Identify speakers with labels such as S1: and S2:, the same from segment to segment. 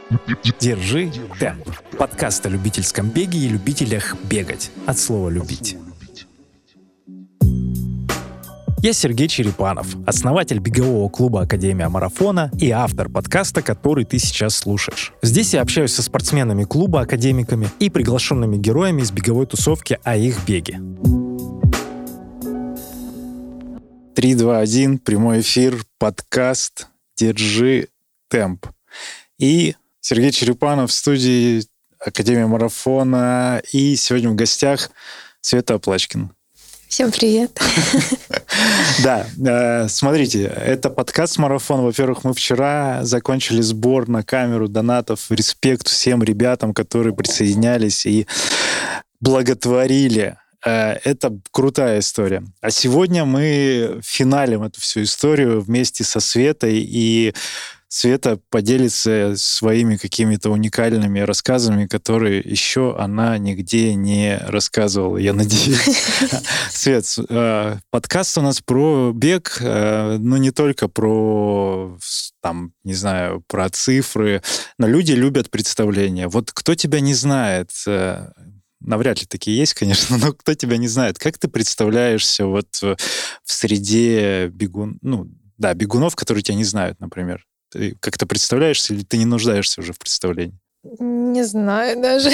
S1: Держи темп. Подкаст о любительском беге и любителях бегать. От слова «любить». Я Сергей Черепанов, основатель бегового клуба «Академия марафона» и автор подкаста, который ты сейчас слушаешь. Здесь я общаюсь со спортсменами клуба, академиками и приглашенными героями из беговой тусовки о их беге. 3, 2, 1, прямой эфир, подкаст «Держи темп». И Сергей Черепанов в студии «Академия марафона». И сегодня в гостях Света Оплачкина.
S2: Всем привет.
S1: Да, смотрите, это подкаст «Марафон». Во-первых, мы вчера закончили сбор на камеру донатов. Респект всем ребятам, которые присоединялись и благотворили. Это крутая история. А сегодня мы финалим эту всю историю вместе со Светой, и Света поделится своими какими-то уникальными рассказами, которые еще она нигде не рассказывала, я надеюсь. Свет, подкаст у нас про бег, но не только про, там, не знаю, про цифры, но люди любят представления. Вот кто тебя не знает, навряд ли такие есть, конечно, но кто тебя не знает, как ты представляешься вот в среде бегунов, которые тебя не знают, например? Ты как-то представляешься или ты не нуждаешься уже в представлении?
S2: Не знаю даже.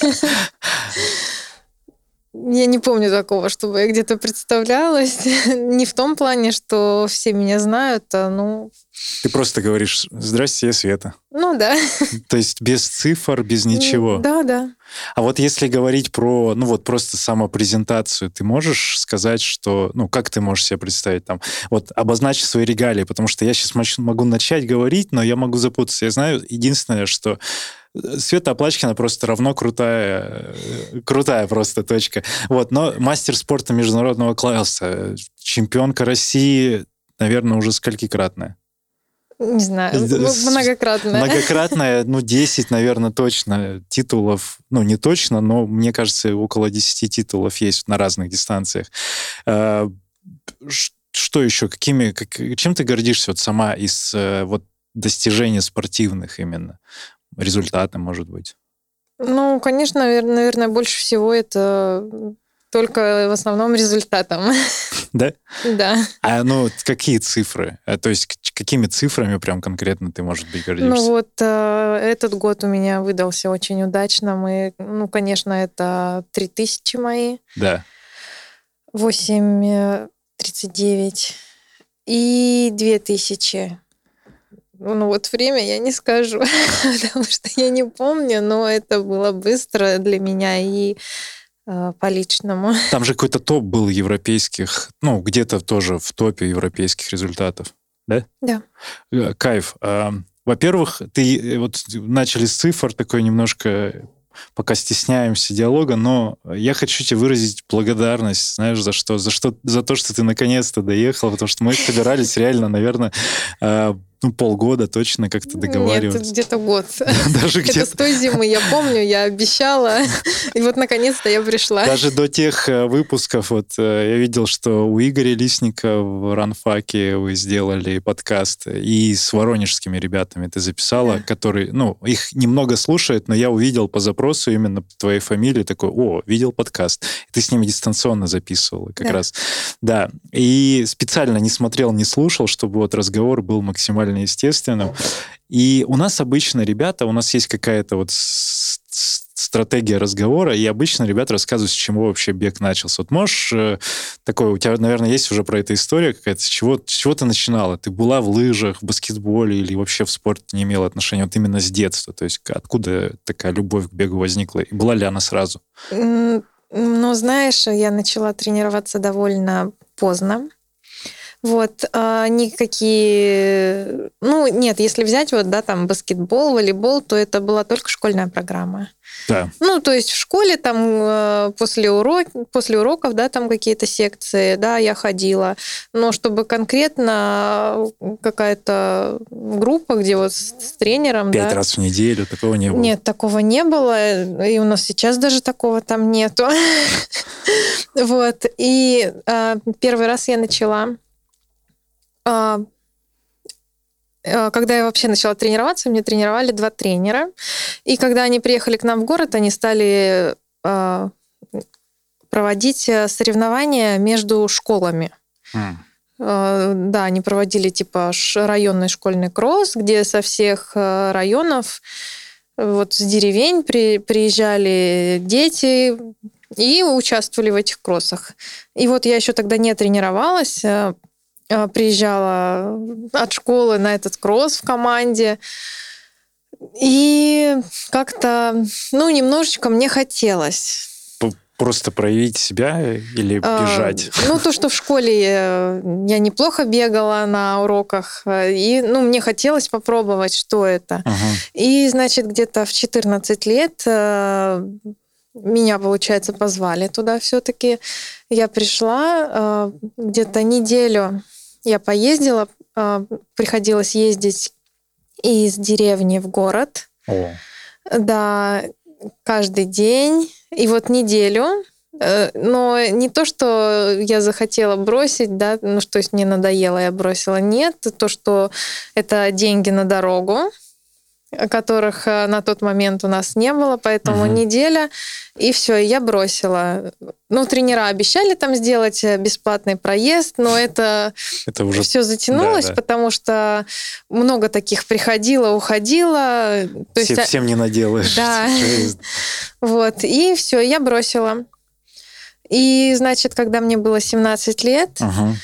S2: Я не помню такого, чтобы я где-то представлялась. Не в том плане, что все меня знают,
S1: Ты просто говоришь: «Здрасте, я Света».
S2: Ну да.
S1: То есть без цифр, без ничего.
S2: Да.
S1: А вот если говорить про, просто самопрезентацию, ты можешь сказать, что, как ты можешь себе представить там, вот обозначь свои регалии, потому что я сейчас могу начать говорить, но я могу запутаться. Я знаю единственное, что Света Оплачкина просто равно крутая просто точка. Вот, но мастер спорта международного класса, чемпионка России, наверное, уже сколькикратная?
S2: Не знаю, многократная.
S1: Многократная, 10, наверное, точно титулов. Не точно, но, мне кажется, около 10 титулов есть на разных дистанциях. Что еще? Чем ты гордишься вот сама из достижений спортивных именно? Результаты, может быть?
S2: Конечно, наверное, больше всего это только в основном результатом.
S1: Да?
S2: Да.
S1: А какие цифры? То есть какими цифрами прям конкретно ты, может быть, гордишься?
S2: Этот год у меня выдался очень удачно. Конечно, это 3000 мои.
S1: Да.
S2: 8:39 и 2000. Время я не скажу, потому что я не помню, но это было быстро для меня и по личному.
S1: Там же какой-то топ был европейских, где-то тоже в топе европейских результатов, да?
S2: Да.
S1: Кайф. Во-первых, ты начали с цифр, такой немножко пока стесняемся диалога, но я хочу тебе выразить благодарность, знаешь, за что? За то, что ты наконец-то доехал, потому что мы собирались реально, наверное, полгода точно как-то договариваться.
S2: Нет, где-то год.
S1: Даже
S2: это с той зимы, я помню, я обещала, и наконец-то я пришла.
S1: Даже до тех выпусков, я видел, что у Игоря Лисника в Ранфаке вы сделали подкаст, и с воронежскими ребятами ты записала, которые, их немного слушают, но я увидел по запросу именно твоей фамилии, такой: видел подкаст. И ты с ними дистанционно записывала как раз. Да, и специально не смотрел, не слушал, чтобы разговор был максимально естественным. И у нас обычно у нас есть какая-то стратегия разговора, и обычно ребята рассказывают, с чего вообще бег начался. Можешь у тебя, наверное, есть уже про это история какая-то, с чего ты начинала? Ты была в лыжах, в баскетболе или вообще в спорте не имела отношения именно с детства? То есть откуда такая любовь к бегу возникла? И была ли она сразу?
S2: Знаешь, я начала тренироваться довольно поздно. Никакие... нет, если взять там баскетбол, волейбол, то это была только школьная программа.
S1: Да.
S2: То есть в школе там после уроков, там какие-то секции, я ходила. Но чтобы конкретно какая-то группа, где с тренером...
S1: 5 раз в неделю, такого не было?
S2: Нет, такого не было. И у нас сейчас даже такого там нету. И первый раз я начала... когда я вообще начала тренироваться, мне тренировали 2 тренера. И когда они приехали к нам в город, они стали проводить соревнования между школами. Да, они проводили типа районный школьный кросс, где со всех районов, вот с деревень приезжали дети и участвовали в этих кроссах. И вот я еще тогда не тренировалась, приезжала от школы на этот кросс в команде. И как-то, немножечко мне хотелось.
S1: Просто проявить себя или бежать?
S2: То, что в школе я неплохо бегала на уроках, и мне хотелось попробовать, что это. И, значит, где-то в 14 лет меня, получается, позвали туда все-таки. Я пришла, где-то неделю я поездила, приходилось ездить из деревни в город. Да, каждый день. И вот неделю. Но не то, что я захотела бросить, да, то есть мне надоело, я бросила. Нет, то, что это деньги на дорогу, которых на тот момент у нас не было, поэтому неделя, и все, я бросила. Тренера обещали там сделать бесплатный проезд, но это уже все затянулось, потому что много таких приходило, уходило. То есть,
S1: всем не наделаешь.
S2: Да. Вот, и все, я бросила. И, значит, когда мне было 17 лет,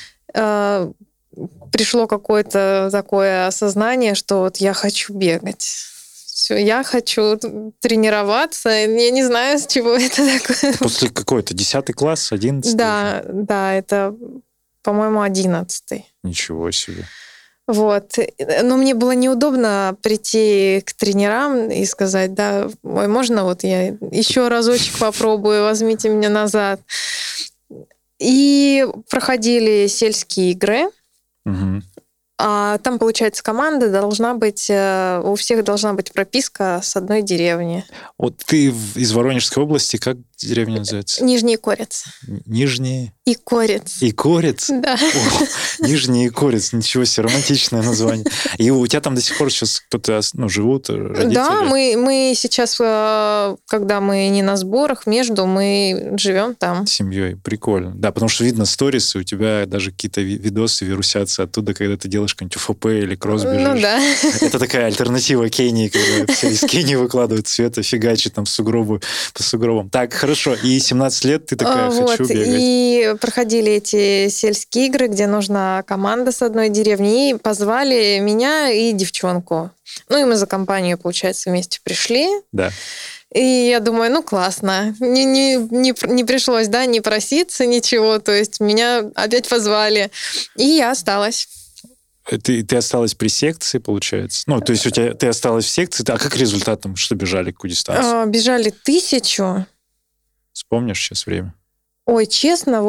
S2: пришло какое-то такое осознание, что вот я хочу бегать. Все, я хочу тренироваться. Я не знаю, с чего это такое.
S1: После какой-то 10 класс, 11?
S2: Да, это, по-моему, 11.
S1: Ничего себе.
S2: Вот. Но мне было неудобно прийти к тренерам и сказать, да, ой, можно вот я еще разочек попробую, возьмите меня назад. И проходили сельские игры. А там, получается, команда должна быть, у всех должна быть прописка с одной деревни.
S1: Вот ты из Воронежской области, как деревня называется?
S2: Нижний Корец.
S1: Нижний?
S2: Икорец.
S1: Икорец?
S2: Да.
S1: Нижний Икорец, ничего себе, романтичное название. И у тебя там до сих пор сейчас кто-то, живут, родители?
S2: Да, мы сейчас, когда мы не на сборах, мы живем там.
S1: С семьей, прикольно. Да, потому что видно сторисы, у тебя даже какие-то видосы вирусятся оттуда, когда ты делаешь какой-нибудь УФП или кросс бежишь.
S2: Да.
S1: Это такая альтернатива Кении, когда все из Кении выкладывают Света, фигачит там по сугробам. Так, хорошо. И 17 лет ты такая, хочу бегать.
S2: И проходили эти сельские игры, где нужна команда с одной деревни, и позвали меня и девчонку. И мы за компанию, получается, вместе пришли.
S1: Да.
S2: И я думаю, классно. Не пришлось, да, не проситься, ничего. То есть меня опять позвали. И я осталась.
S1: Ты осталась при секции, получается? То есть ты осталась в секции, а как результат там, что бежали, какую дистанцию?
S2: Бежали 1000.
S1: Вспомнишь сейчас время?
S2: Ой, честно,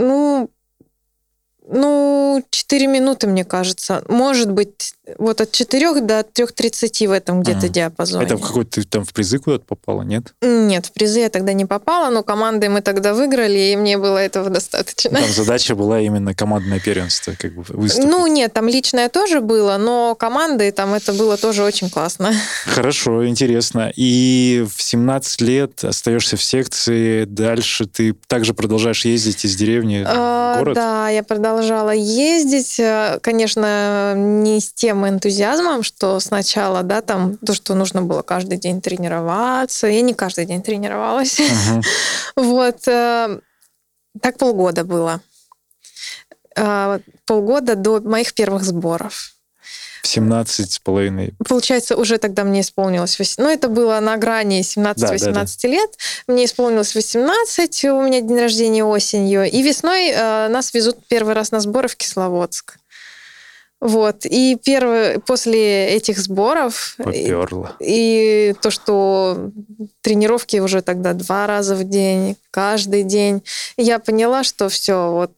S2: 4 минуты, мне кажется. Может быть, от 4 до 3:30 в этом где-то диапазоне.
S1: Это в какой-то ты там в призы куда-то попала, нет?
S2: Нет, в призы я тогда не попала, но командой мы тогда выиграли, и мне было этого достаточно.
S1: Там задача была именно командное первенство, выступить.
S2: Нет, там личное тоже было, но командой там это было тоже очень классно.
S1: Хорошо, интересно. И в 17 лет остаешься в секции, дальше ты также продолжаешь ездить из деревни в город?
S2: Да, я продолжала ездить, конечно, не с тем энтузиазмом, что сначала, да, там то, что нужно было каждый день тренироваться. Я не каждый день тренировалась. Так полгода было. Полгода до моих первых сборов.
S1: 17,5.
S2: Получается, уже тогда мне исполнилось 18. Это было на грани 17-18 лет. Мне исполнилось 18, у меня день рождения осенью. И весной нас везут первый раз на сборы в Кисловодск. И после этих сборов...
S1: Попёрло.
S2: И то, что тренировки уже тогда 2 раза в день, каждый день, я поняла, что все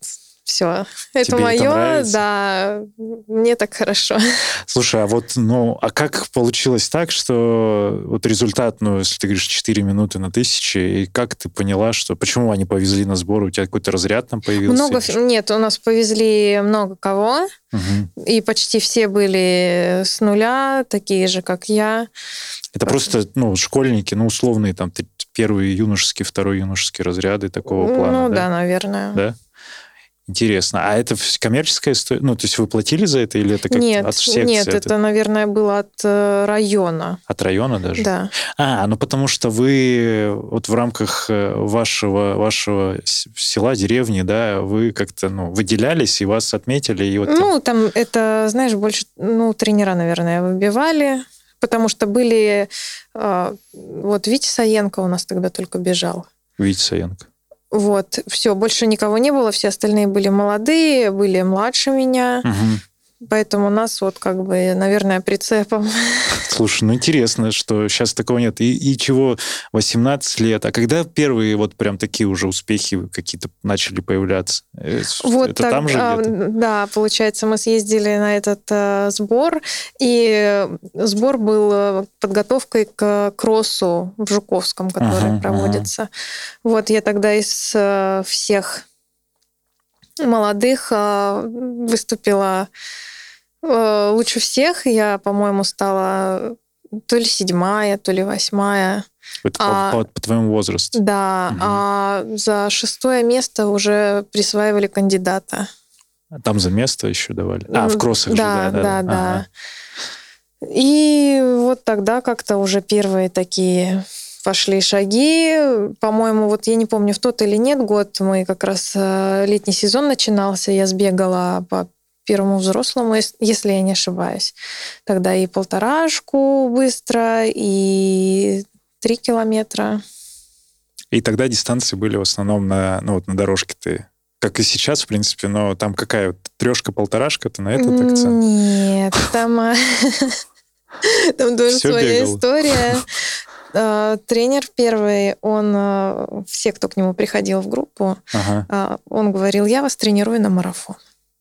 S2: все, это
S1: Тебе это
S2: мое,
S1: нравится?
S2: да, мне так хорошо.
S1: Слушай, а вот, а как получилось так, что вот результат, если ты говоришь 4 минуты на 1000, и как ты поняла, что почему они повезли на сбор? У тебя какой-то разряд там появился?
S2: Нет, у нас повезли много кого, и почти все были с нуля, такие же, как я.
S1: Это просто, школьники, условные, там, первый юношеский, второй юношеский разряды такого плана, да?
S2: Да, наверное.
S1: Да? Интересно. А это коммерческая история? То есть вы платили за это или это как-то от секции?
S2: Нет, это, наверное, было от района.
S1: От района даже?
S2: Да.
S1: Потому что вы вот в рамках вашего села, деревни, да, вы как-то, выделялись, и вас отметили, и вот...
S2: там это, знаешь, больше, тренера, наверное, выбивали, потому что были... Вот Витя Саенко у нас тогда только бежал.
S1: Витя Саенко.
S2: Вот, все, больше никого не было, все остальные были молодые, были младше меня, поэтому нас наверное, прицепом.
S1: Слушай, интересно, что сейчас такого нет. И чего 18 лет? А когда первые вот прям такие уже успехи какие-то начали появляться?
S2: Вот
S1: это там же где-то?
S2: Да, получается, мы съездили на этот сбор, и сбор был подготовкой к кроссу в Жуковском, который проводится. Вот я тогда из всех молодых выступила лучше всех. Я, по-моему, стала то ли 7-я, то ли 8-я.
S1: Это по твоему возрасту?
S2: Да, а за 6-е место уже присваивали кандидата.
S1: Там за место еще давали? В кроссах же, да.
S2: Да. И вот тогда как-то уже первые такие пошли шаги. По-моему, вот я не помню, в тот или нет год, мы как раз летний сезон начинался, я сбегала по первому взрослому, если я не ошибаюсь. Тогда и 1,5 быстро, и 3 километра.
S1: И тогда дистанции были в основном на дорожке ты, как и сейчас, в принципе, но там какая? 3-1,5, ты на этот акцент?
S2: Нет, там тоже своя история. Тренер первый, он, все, кто к нему приходил в группу, он говорил, я вас тренирую на марафон.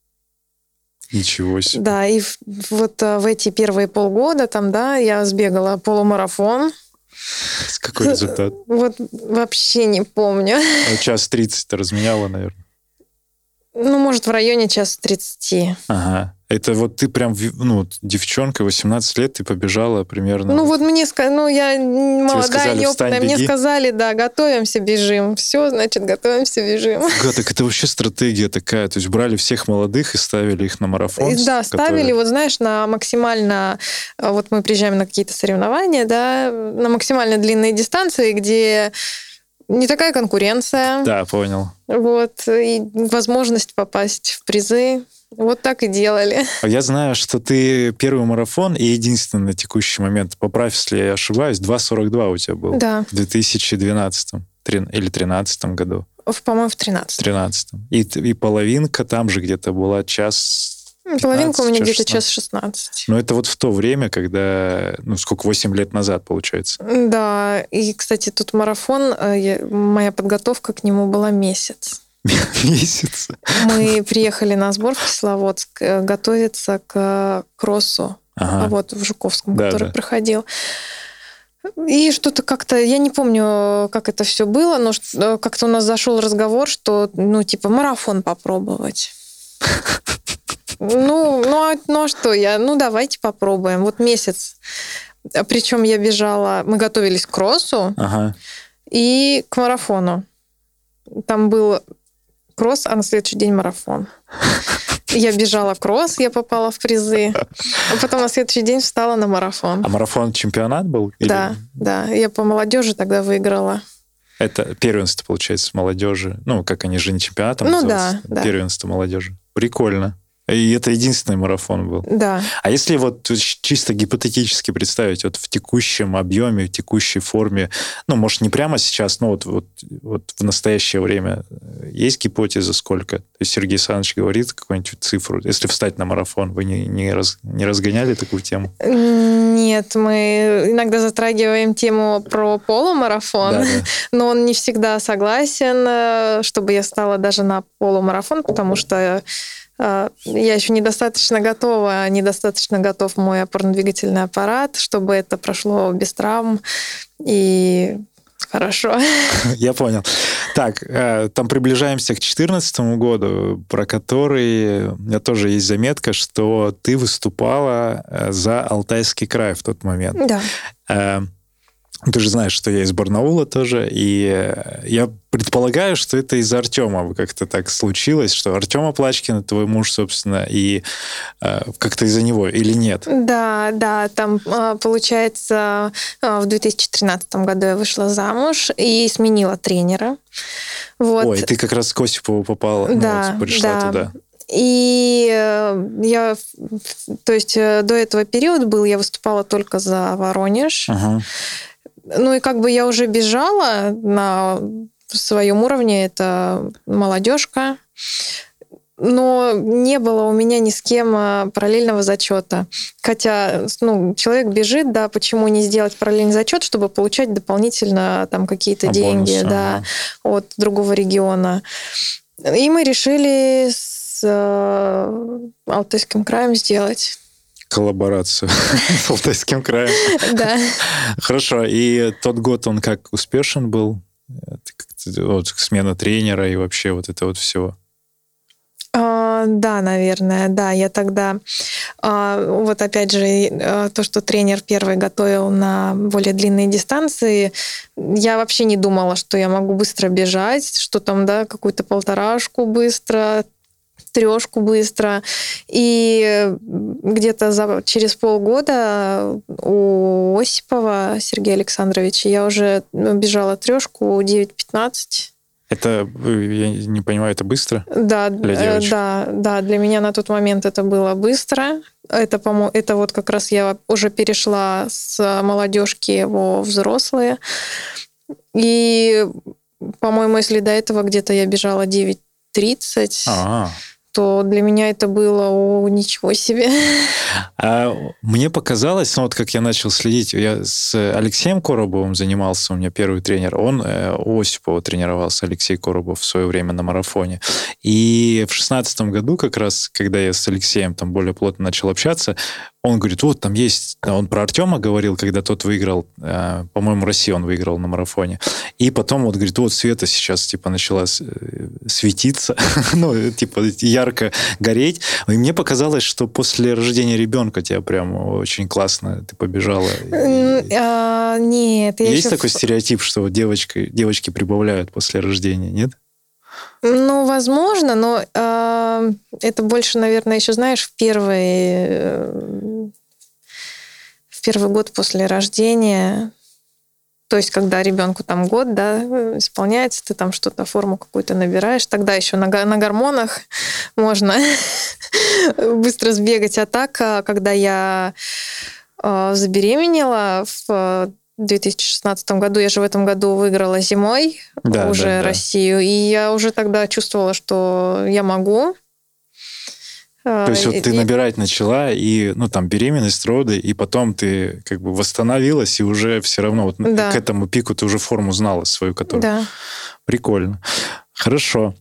S1: Ничего себе.
S2: Да, и вот в эти первые полгода там, да, я сбегала полумарафон.
S1: Какой результат?
S2: Вот вообще не помню.
S1: 1:30 ты разменяла, наверное?
S2: Может, в районе 1:30.
S1: Ага. Это вот ты прям, девчонка, 18 лет, ты побежала примерно...
S2: я молодая, неопытная, мне сказали, да, готовимся, бежим. Все, значит, готовимся, бежим.
S1: Так это вообще стратегия такая, то есть брали всех молодых и ставили их на марафон?
S2: Да, ставили, на максимально... Вот мы приезжаем на какие-то соревнования, да, на максимально длинные дистанции, где не такая конкуренция.
S1: Да, понял.
S2: Вот, и возможность попасть в призы. Вот так и делали.
S1: Я знаю, что ты первый марафон и единственный на текущий момент, поправь, если я ошибаюсь, 2:42 у тебя был.
S2: Да.
S1: В 2012 или 2013 году.
S2: По-моему, в 13-м.
S1: И половинка там же где-то была час...
S2: Половинка у меня где-то 1:16.
S1: Но это вот в то время, когда... 8 лет назад, получается.
S2: Да, и, кстати, тут марафон, моя подготовка к нему была месяц.
S1: Месяц?
S2: Мы приехали на сбор в Кисловодск готовиться к кроссу, в Жуковском, который проходил. И что-то как-то, я не помню, как это все было, но как-то у нас зашел разговор, что, марафон попробовать. А что я? Давайте попробуем. Вот месяц. Причем я бежала, мы готовились к кроссу и к марафону. Там был кросс, а на следующий день марафон. Я бежала кросс, я попала в призы, а потом на следующий день встала на марафон.
S1: А марафон чемпионат был?
S2: Да. Я по молодежи тогда выиграла.
S1: Это первенство, получается, молодежи. Как они же не чемпионатом называются.
S2: Да.
S1: Первенство молодежи. Прикольно. И это единственный марафон был?
S2: Да.
S1: А если вот чисто гипотетически представить, вот в текущем объеме, в текущей форме, ну, может, не прямо сейчас, но вот в настоящее время есть гипотеза сколько? То есть Сергей Александрович говорит какую-нибудь цифру. Если встать на марафон, вы не разгоняли такую тему?
S2: Нет, мы иногда затрагиваем тему про полумарафон, да. Но он не всегда согласен, чтобы я стала даже на полумарафон, потому что я еще недостаточно готов мой опорно-двигательный аппарат, чтобы это прошло без травм и хорошо.
S1: Я понял. Так, там приближаемся к 2014 году, про который у меня тоже есть заметка, что ты выступала за Алтайский край в тот момент.
S2: Да.
S1: Ты же знаешь, что я из Барнаула тоже, и я предполагаю, что это из-за Артема как-то так случилось, что Артем Оплачкин, твой муж, собственно, и как-то из-за него, или нет?
S2: Да, там, получается, в 2013 году я вышла замуж и сменила тренера. Вот.
S1: Ой, ты как раз к Осипову попала,
S2: да,
S1: пришла туда.
S2: И я, то есть до этого периода я выступала только за Воронеж.
S1: Ага.
S2: Ну и как бы я уже бежала на своем уровне, это молодежка, но не было у меня ни с кем параллельного зачета. Хотя, человек бежит, да, почему не сделать параллельный зачет, чтобы получать дополнительно там какие-то деньги,
S1: бонус,
S2: да, от другого региона. И мы решили с Алтайским краем сделать
S1: коллаборацию с Алтайским краем.
S2: Да.
S1: Хорошо. И тот год он как успешен был? Смена тренера и вообще вот это вот все.
S2: Да, наверное, да. Я тогда... Вот опять же, то, что тренер первый готовил на более длинные дистанции, я вообще не думала, что я могу быстро бежать, что там, да, какую-то полторашку быстро, трешку быстро. И где-то через полгода у Осипова Сергея Александровича я уже бежала трешку 9:15.
S1: Это, я не понимаю, это быстро?
S2: Да,
S1: для девочек?
S2: Да, для меня на тот момент это было быстро. Это вот как раз я уже перешла с молодежки во взрослые. И, по-моему, если до этого где-то я бежала 9:30, то для меня это было ничего себе.
S1: Мне показалось, вот как я начал следить, я с Алексеем Коробовым занимался, у меня первый тренер, он у Осипова тренировался, Алексей Коробов, в свое время на марафоне. И в 2016 году, как раз, когда я с Алексеем там более плотно начал общаться, он говорит, вот там есть, он про Артема говорил, когда тот выиграл, по-моему, Россию он выиграл на марафоне. И потом вот говорит, вот Света сейчас типа начала светиться, ярко гореть. И мне показалось, что после рождения ребенка тебя прям очень классно ты побежала.
S2: Нет.
S1: Есть такой стереотип, что девочки прибавляют после рождения, нет?
S2: Ну, возможно, но это больше, наверное, еще, знаешь, в первый год после рождения, то есть когда ребенку там год, да, исполняется, ты там что-то, форму какую-то набираешь, тогда еще на гормонах можно быстро сбегать. А так, когда я забеременела в 2016 году, я же в этом году выиграла зимой Россию, и я уже тогда чувствовала, что я могу.
S1: То есть вот ты набирать начала, и, беременность, роды, и потом ты как бы восстановилась, и уже все равно к этому пику ты уже форму знала свою, которую...
S2: Да.
S1: Прикольно. Хорошо.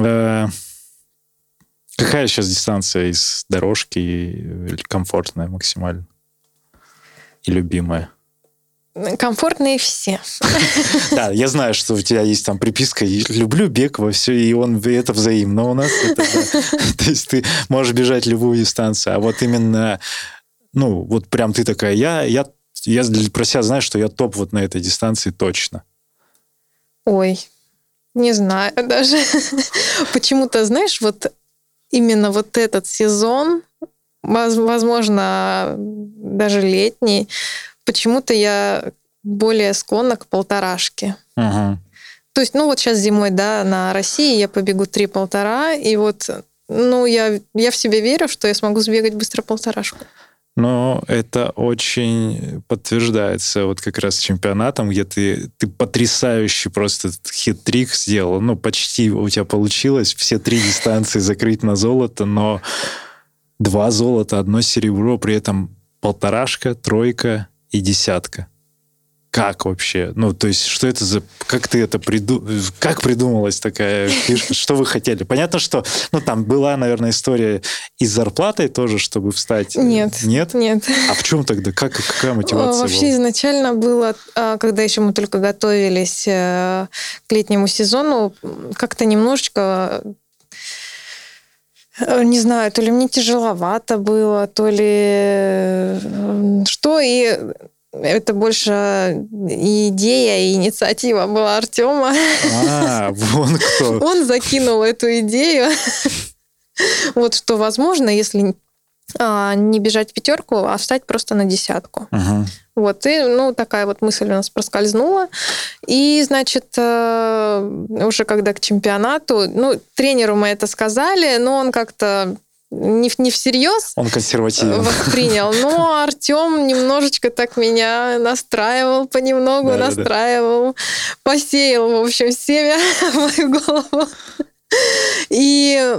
S1: Какая сейчас дистанция из дорожки комфортная максимально? И любимая?
S2: Комфортные все.
S1: Да, я знаю, что у тебя есть там приписка «люблю бег во все», и это взаимно у нас. То есть ты можешь бежать любую дистанцию, а вот именно, вот прям ты такая, я про себя знаю, что я топ вот на этой дистанции точно.
S2: Ой, не знаю даже. Почему-то, знаешь, вот именно вот этот сезон, возможно, даже летний, почему-то я более склонна к полторашке.
S1: Ага.
S2: То есть, вот сейчас зимой, да, на России я побегу 3 полтора, и вот Ну, я в себе верю, что я смогу сбегать быстро 1,5.
S1: Но это очень подтверждается вот как раз чемпионатом, где ты потрясающий просто хит-трик сделал. Ну, почти у тебя получилось все 3 дистанции закрыть на золото, но 2 золота, 1 серебро, при этом 1,5, 3 и 10. Как вообще? Ну, то есть, что это за... Как ты это Как придумалась такая фишка? Что вы хотели? Понятно, что... Ну, там была, наверное, история и с зарплатой тоже, чтобы встать.
S2: Нет.
S1: Нет?
S2: Нет.
S1: А в чем тогда? Какая мотивация
S2: Вообще
S1: была?
S2: изначально было, когда еще мы только готовились к летнему сезону, как-то немножечко... Не знаю, то ли мне тяжеловато было, то ли что, и это больше идея и инициатива была Артема.
S1: Вон кто.
S2: Он закинул эту идею. Вот что возможно, если не бежать в 5, а встать просто на 10. Вот, и, такая вот мысль у нас проскользнула. И, значит, уже когда к чемпионату, тренеру мы это сказали, но он как-то не всерьез
S1: он консервативен
S2: воспринял, но Артем немножечко так меня настраивал, понемногу настраивал, посеял, в общем, семя в мою голову. И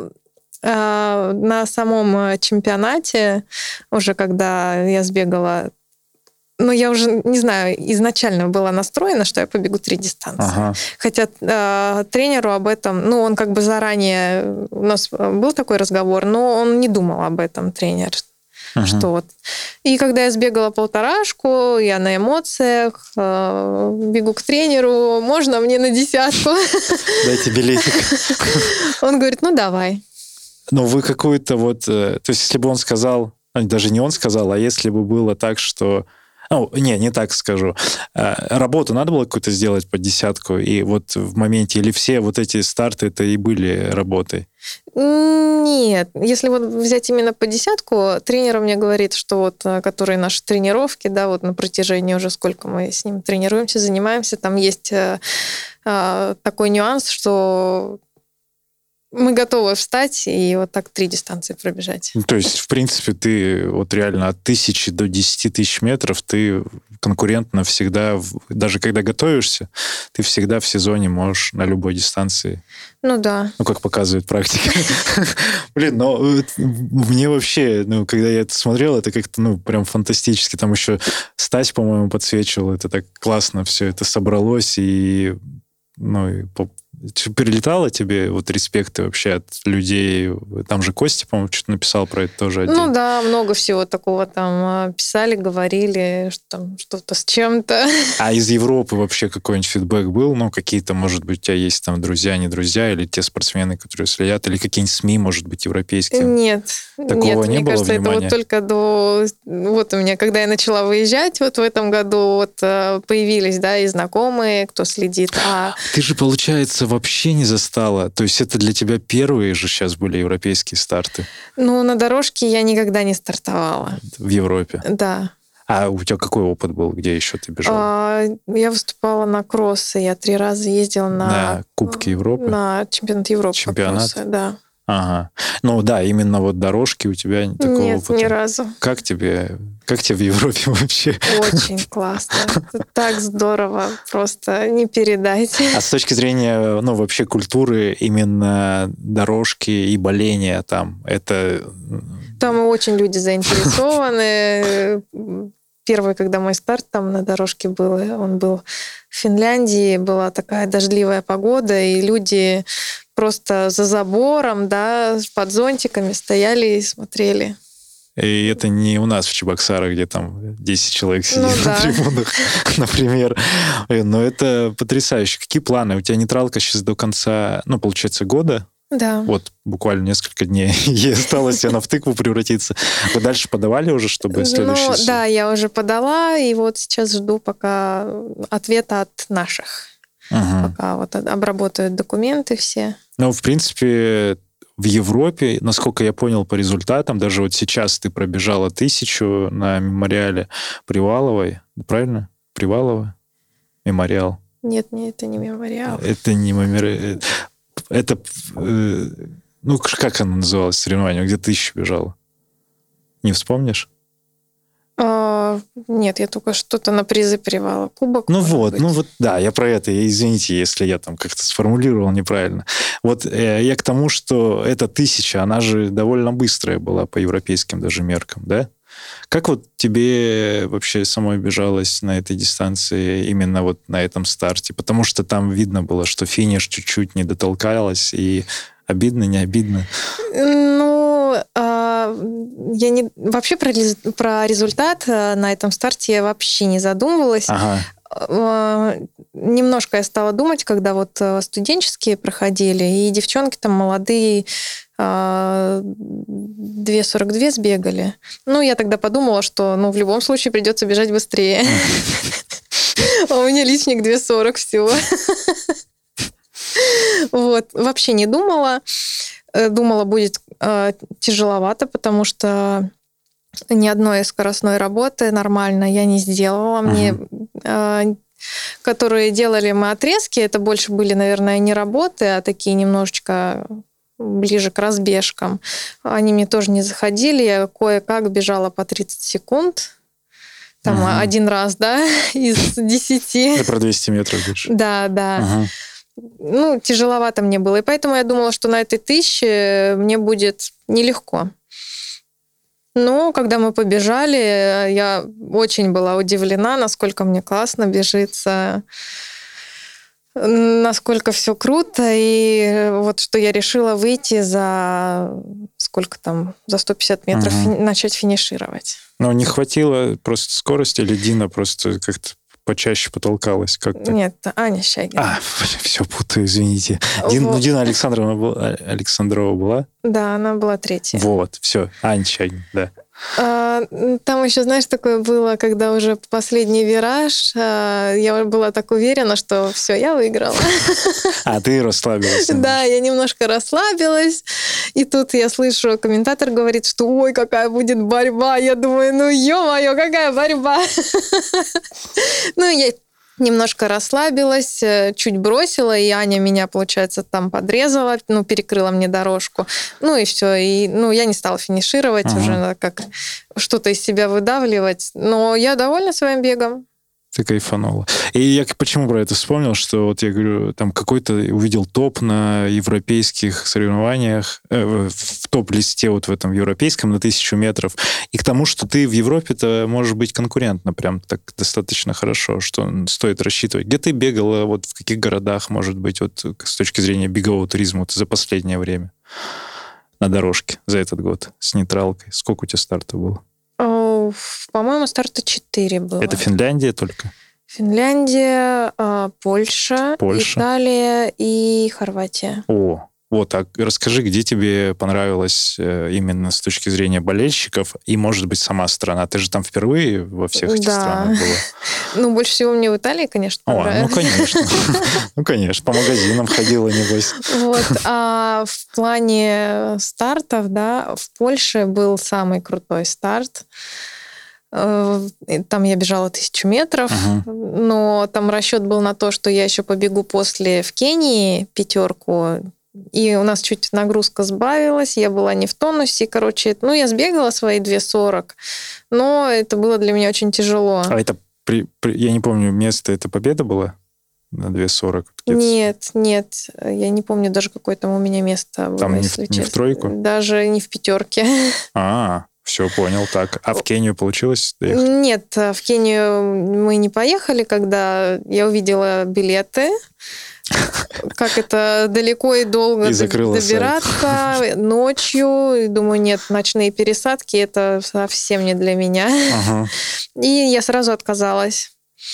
S2: на самом чемпионате, уже когда я сбегала, я уже, не знаю, изначально была настроена, что я побегу 3 дистанции. Хотя тренеру об этом, он как бы заранее, у нас был такой разговор, но он не думал об этом, тренер. Что вот. И когда я сбегала 1,5, я на эмоциях, бегу к тренеру, можно мне на 10?
S1: Дайте билетик.
S2: Он говорит, давай.
S1: Но вы какую-то вот... То есть, если бы он сказал... Даже не он сказал, а если бы было так, что... не так скажу. Работу надо было какую-то сделать под 10, и вот в моменте... Или все вот эти старты, это и были работой?
S2: Нет. Если вот взять именно по 10, тренер мне говорит, что вот, которые наши тренировки, вот на протяжении уже сколько мы с ним тренируемся, занимаемся, там есть такой нюанс, что... Мы готовы встать и вот так 3 дистанции пробежать.
S1: То есть, в принципе, ты вот реально от 1000 до 10 000 метров ты конкурентно всегда, даже когда готовишься, ты всегда в сезоне можешь на любой дистанции.
S2: Да.
S1: Как показывает практика. Блин, но мне вообще, когда я это смотрел, это как-то, прям фантастически. Там еще Стась, по-моему, подсвечивал. Это так классно все это собралось. И перелетало тебе вот респекты вообще от людей? Там же Костя, по-моему, что-то написал про это тоже отдельно.
S2: Да, много всего такого там писали, говорили, что там что-то с чем-то.
S1: А из Европы вообще какой-нибудь фидбэк был? Какие-то, может быть, у тебя есть там друзья, не друзья, или те спортсмены, которые следят, или какие-нибудь СМИ, может быть, европейские?
S2: Нет.
S1: Такого не
S2: мне
S1: было
S2: кажется,
S1: внимания?
S2: это вот только до... Вот у меня, когда я начала выезжать, вот в этом году появились, и знакомые, кто следит.
S1: Ты же, получается, вообще не застала. То есть это для тебя первые же сейчас были европейские старты?
S2: На дорожке я никогда не стартовала.
S1: В Европе?
S2: Да.
S1: А у тебя какой опыт был? Где еще ты бежала?
S2: Я выступала на кроссы. Я 3 раза ездила
S1: на Кубки Европы?
S2: На чемпионат Европы.
S1: Чемпионат?
S2: Кроссы, да.
S1: Ага. Именно вот дорожки у тебя такого
S2: Нет,
S1: опыта?
S2: ни разу.
S1: Как тебе в Европе вообще?
S2: Очень классно. Это так здорово, просто не передать.
S1: А с точки зрения, вообще культуры именно дорожки и боления там, это...
S2: Там очень люди заинтересованы. Первый, когда мой старт там на дорожке был, он был в Финляндии, была такая дождливая погода, и люди просто за забором, под зонтиками стояли и смотрели.
S1: И это не у нас в Чебоксарах, где там 10 человек сидит на трибунах, например. Но это потрясающе. Какие планы? У тебя нейтралка сейчас до конца, получается, года?
S2: Да.
S1: Вот буквально несколько дней ей осталось она в тыкву превратиться. Вы дальше подавали уже, чтобы следующий...
S2: Да, я уже подала, и вот сейчас жду пока ответа от наших. Пока вот обработают документы все.
S1: В принципе, в Европе, насколько я понял по результатам, даже вот сейчас ты пробежала 1000 на мемориале Приваловой, правильно? Привалова? Мемориал.
S2: Нет, это не мемориал.
S1: Это не мемориал. Это Ну, как оно называлось, соревнование? Где 1000 бежала? Не вспомнишь?
S2: Нет, я только что-то на призы привала. Кубок.
S1: Ну вот, да, я про это. Извините, если я там как-то сформулировал неправильно. Вот я к тому, что эта 1000, она же довольно быстрая была по европейским даже меркам, да? Как вот тебе вообще самой бежалось на этой дистанции, именно вот на этом старте? Потому что там видно было, что финиш чуть-чуть не дотолкалась, и обидно, не обидно?
S2: Ну, я не... Вообще про результат на этом старте я вообще не задумывалась.
S1: Ага.
S2: Немножко я стала думать, когда вот студенческие проходили, и девчонки там молодые 2:42 сбегали. Ну, я тогда подумала, что в любом случае придется бежать быстрее. А у меня личник 2:40 всего. Вот. Вообще не думала. Думала, будет тяжеловато, потому что ни одной скоростной работы нормально я не сделала. Мне, которые делали мы отрезки, это больше были, наверное, не работы, а такие немножечко ближе к разбежкам. Они мне тоже не заходили. Я кое-как бежала по 30 секунд. Там один раз, да, из 10.
S1: Я про 200 метров больше.
S2: Да. Ну, тяжеловато мне было. И поэтому я думала, что на этой 1000 мне будет нелегко. Но когда мы побежали, я очень была удивлена, насколько мне классно бежится, насколько все круто. И вот что я решила выйти за сколько там, за 150 метров начать финишировать.
S1: Но не хватило просто скорости, или Дина просто как-то почаще потолкалась как-то?
S2: Нет, Аня Щагина.
S1: Все путаю, извините. Дина Александрова была?
S2: Да, она была 3-я.
S1: Вот, все, Аня Щагина, да.
S2: Там еще, знаешь, такое было, когда уже последний вираж, я была так уверена, что все, я выиграла.
S1: А ты расслабилась?
S2: Да, я немножко расслабилась, и тут я слышу, комментатор говорит, что ой, какая будет борьба. Я думаю, ну ё-моё, какая борьба. Ну, я немножко расслабилась, чуть бросила, и Аня меня, получается, там подрезала, перекрыла мне дорожку. Ну и все. И, я не стала финишировать, уже как что-то из себя выдавливать. Но я довольна своим бегом.
S1: Ты кайфанула. И я почему про это вспомнил, что вот я говорю, там какой-то увидел топ на европейских соревнованиях, в топ-листе вот в этом европейском на 1000 метров. И к тому, что ты в Европе-то можешь быть конкурентно прям так достаточно хорошо, что стоит рассчитывать. Где ты бегала, вот в каких городах, может быть, вот с точки зрения бегового туризма вот за последнее время на дорожке за этот год с нейтралкой? Сколько у тебя стартов было?
S2: По-моему, старта 4 было.
S1: Это Финляндия только?
S2: Финляндия, Польша, Италия и Хорватия.
S1: Вот, а расскажи, где тебе понравилось именно с точки зрения болельщиков и, может быть, сама страна? Ты же там впервые во всех этих странах была?
S2: Больше всего мне в Италии, конечно, понравилось.
S1: Ну, конечно. По магазинам ходила, небось.
S2: Вот, а в плане стартов, да, в Польше был самый крутой старт. Там я бежала 1000 метров, но там расчет был на то, что я еще побегу после в Кении 5. И у нас чуть нагрузка сбавилась, я была не в тонусе, я сбегала свои 2:40, но это было для меня очень тяжело.
S1: А это, я не помню, место, это победа была на 2:40?
S2: Нет, я не помню даже, какое там у меня место было,
S1: там
S2: если честно.
S1: Не в 3?
S2: Даже не в 5.
S1: Все, понял, так. А в Кению получилось доехать?
S2: Нет, в Кению мы не поехали, когда я увидела билеты, как это далеко и долго добираться ночью. И думаю, нет, ночные пересадки, это совсем не для меня. И я сразу отказалась.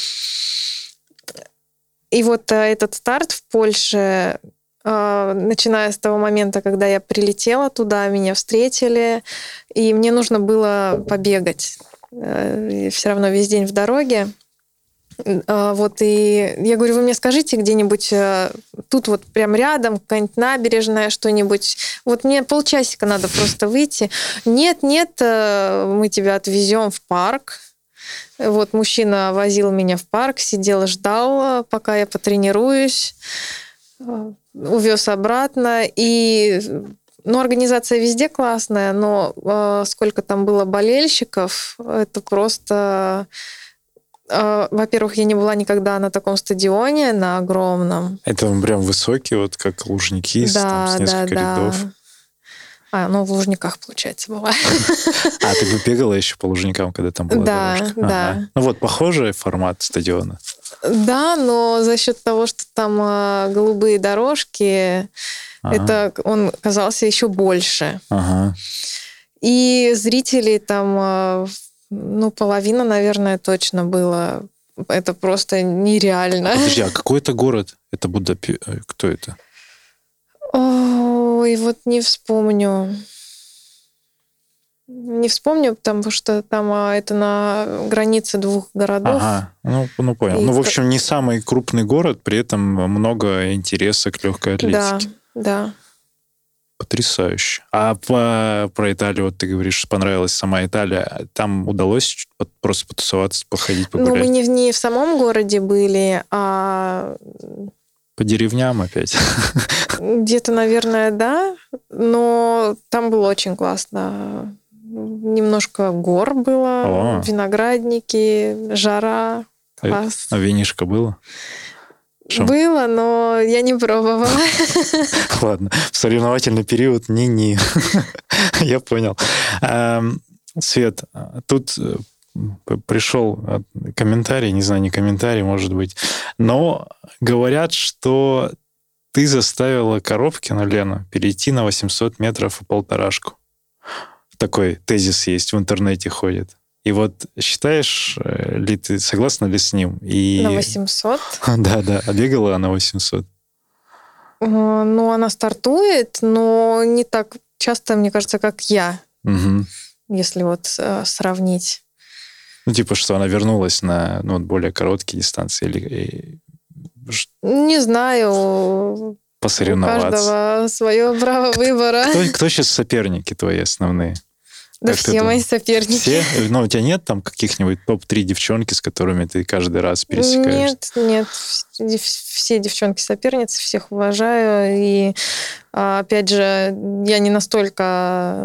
S2: И вот этот старт в Польше, начиная с того момента, когда я прилетела туда, меня встретили, и мне нужно было побегать. Все равно весь день в дороге. Вот, и я говорю, вы мне скажите где-нибудь тут вот прям рядом, какая-нибудь набережная, что-нибудь. Вот мне полчасика надо просто выйти. Нет, мы тебя отвезем в парк. Вот мужчина возил меня в парк, сидел, ждал, пока я потренируюсь. Увез обратно. И Ну, организация везде классная, но сколько там было болельщиков, это просто... Во-первых, я не была никогда на таком стадионе, на огромном.
S1: Это прям высокий, вот как Лужники, там, с несколько рядов.
S2: Ну, в Лужниках, получается, была.
S1: А, ты бы бегала еще по Лужникам, когда там была дорожка?
S2: Да.
S1: Ага. Ну вот, похожий формат стадиона.
S2: Да, но за счет того, что там голубые дорожки, он казался еще больше.
S1: Ага.
S2: И зрителей там... половина, наверное, точно было. Это просто нереально.
S1: Подожди, а какой это город? Это Будапешт? Кто это?
S2: Ой, вот не вспомню. Не вспомню, потому что там это на границе двух городов.
S1: Ага, ну понял. В общем, не самый крупный город, при этом много интереса к легкой атлетике.
S2: Да.
S1: Потрясающе. А про Италию, вот ты говоришь, понравилась сама Италия. Там удалось просто потусоваться, походить, погулять?
S2: Мы не в самом городе были, а...
S1: По деревням опять?
S2: Где-то, наверное, да. Но там было очень классно. Немножко гор было, виноградники, жара. Класс.
S1: А винишко было?
S2: Было, но я не пробовала.
S1: Ладно, в соревновательный период не. Я понял. Свет, тут пришел комментарий, не знаю, не комментарий, может быть, но говорят, что ты заставила Коробкину Лену перейти на 800 метров и полторашку. Такой тезис есть, в интернете ходит. И вот считаешь ли ты, согласна ли с ним?
S2: На 800?
S1: Да, а бегала она 800?
S2: Ну, она стартует, но не так часто, мне кажется, как я, если вот сравнить.
S1: Ну, типа, что она вернулась на более короткие дистанции? Или...
S2: Не знаю.
S1: Посоревноваться.
S2: У каждого свое право выбора.
S1: Кто сейчас соперники твои основные?
S2: Да все мои соперники.
S1: Все? У тебя нет там каких-нибудь топ-3 девчонки, с которыми ты каждый раз пересекаешься?
S2: Нет. Все девчонки соперницы, всех уважаю. И, опять же, я не настолько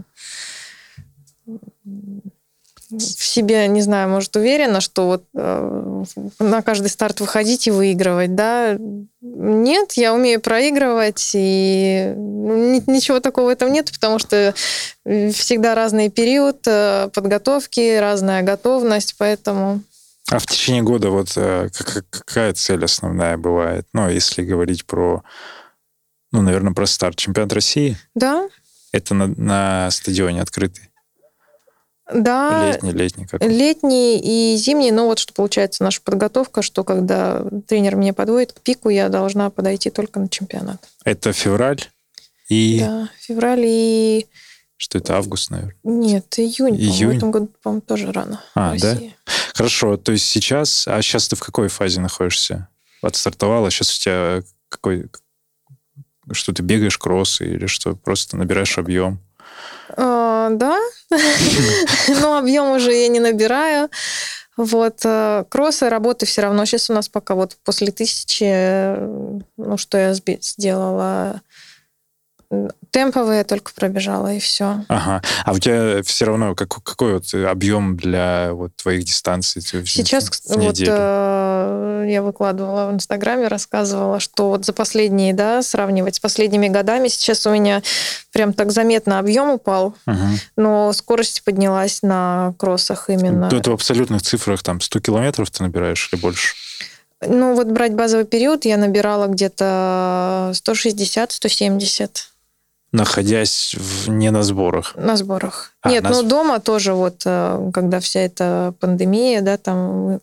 S2: в себе, не знаю, может, уверена, что вот на каждый старт выходить и выигрывать, да. Нет, я умею проигрывать, и ничего такого в этом нет, потому что всегда разный период подготовки, разная готовность, поэтому...
S1: А в течение года вот какая цель основная бывает? Ну, если говорить про, наверное, про старт. Чемпионат России?
S2: Да.
S1: Это на стадионе открытый?
S2: Да.
S1: Летний какой?
S2: Летний и зимний. Но вот что получается наша подготовка, что когда тренер меня подводит к пику, я должна подойти только на чемпионат.
S1: Это февраль и...
S2: Да, февраль и...
S1: Что это, август, наверное?
S2: Нет, июнь.
S1: Июнь?
S2: В этом году, по-моему, тоже рано.
S1: Да? Хорошо, то есть сейчас... А сейчас ты в какой фазе находишься? Отстартовала, сейчас у тебя какой... Что ты бегаешь кроссы или что? Просто набираешь объем?
S2: Да. Но объем уже я не набираю. Вот. Кроссы, работы все равно. Сейчас у нас пока вот после 1000, что я сделала... Темповые только пробежала, и все.
S1: Ага. А у тебя все равно какой вот объем для вот твоих дистанций?
S2: Сейчас вот я выкладывала в Инстаграме, рассказывала, что вот за последние, сравнивать с последними годами, сейчас у меня прям так заметно объем упал, но скорость поднялась на кроссах именно.
S1: Это в абсолютных цифрах там 100 километров ты набираешь или больше?
S2: Ну, вот брать базовый период, я набирала где-то 160-170.
S1: Находясь не на сборах?
S2: На сборах. Нет, дома тоже вот, когда вся эта пандемия, там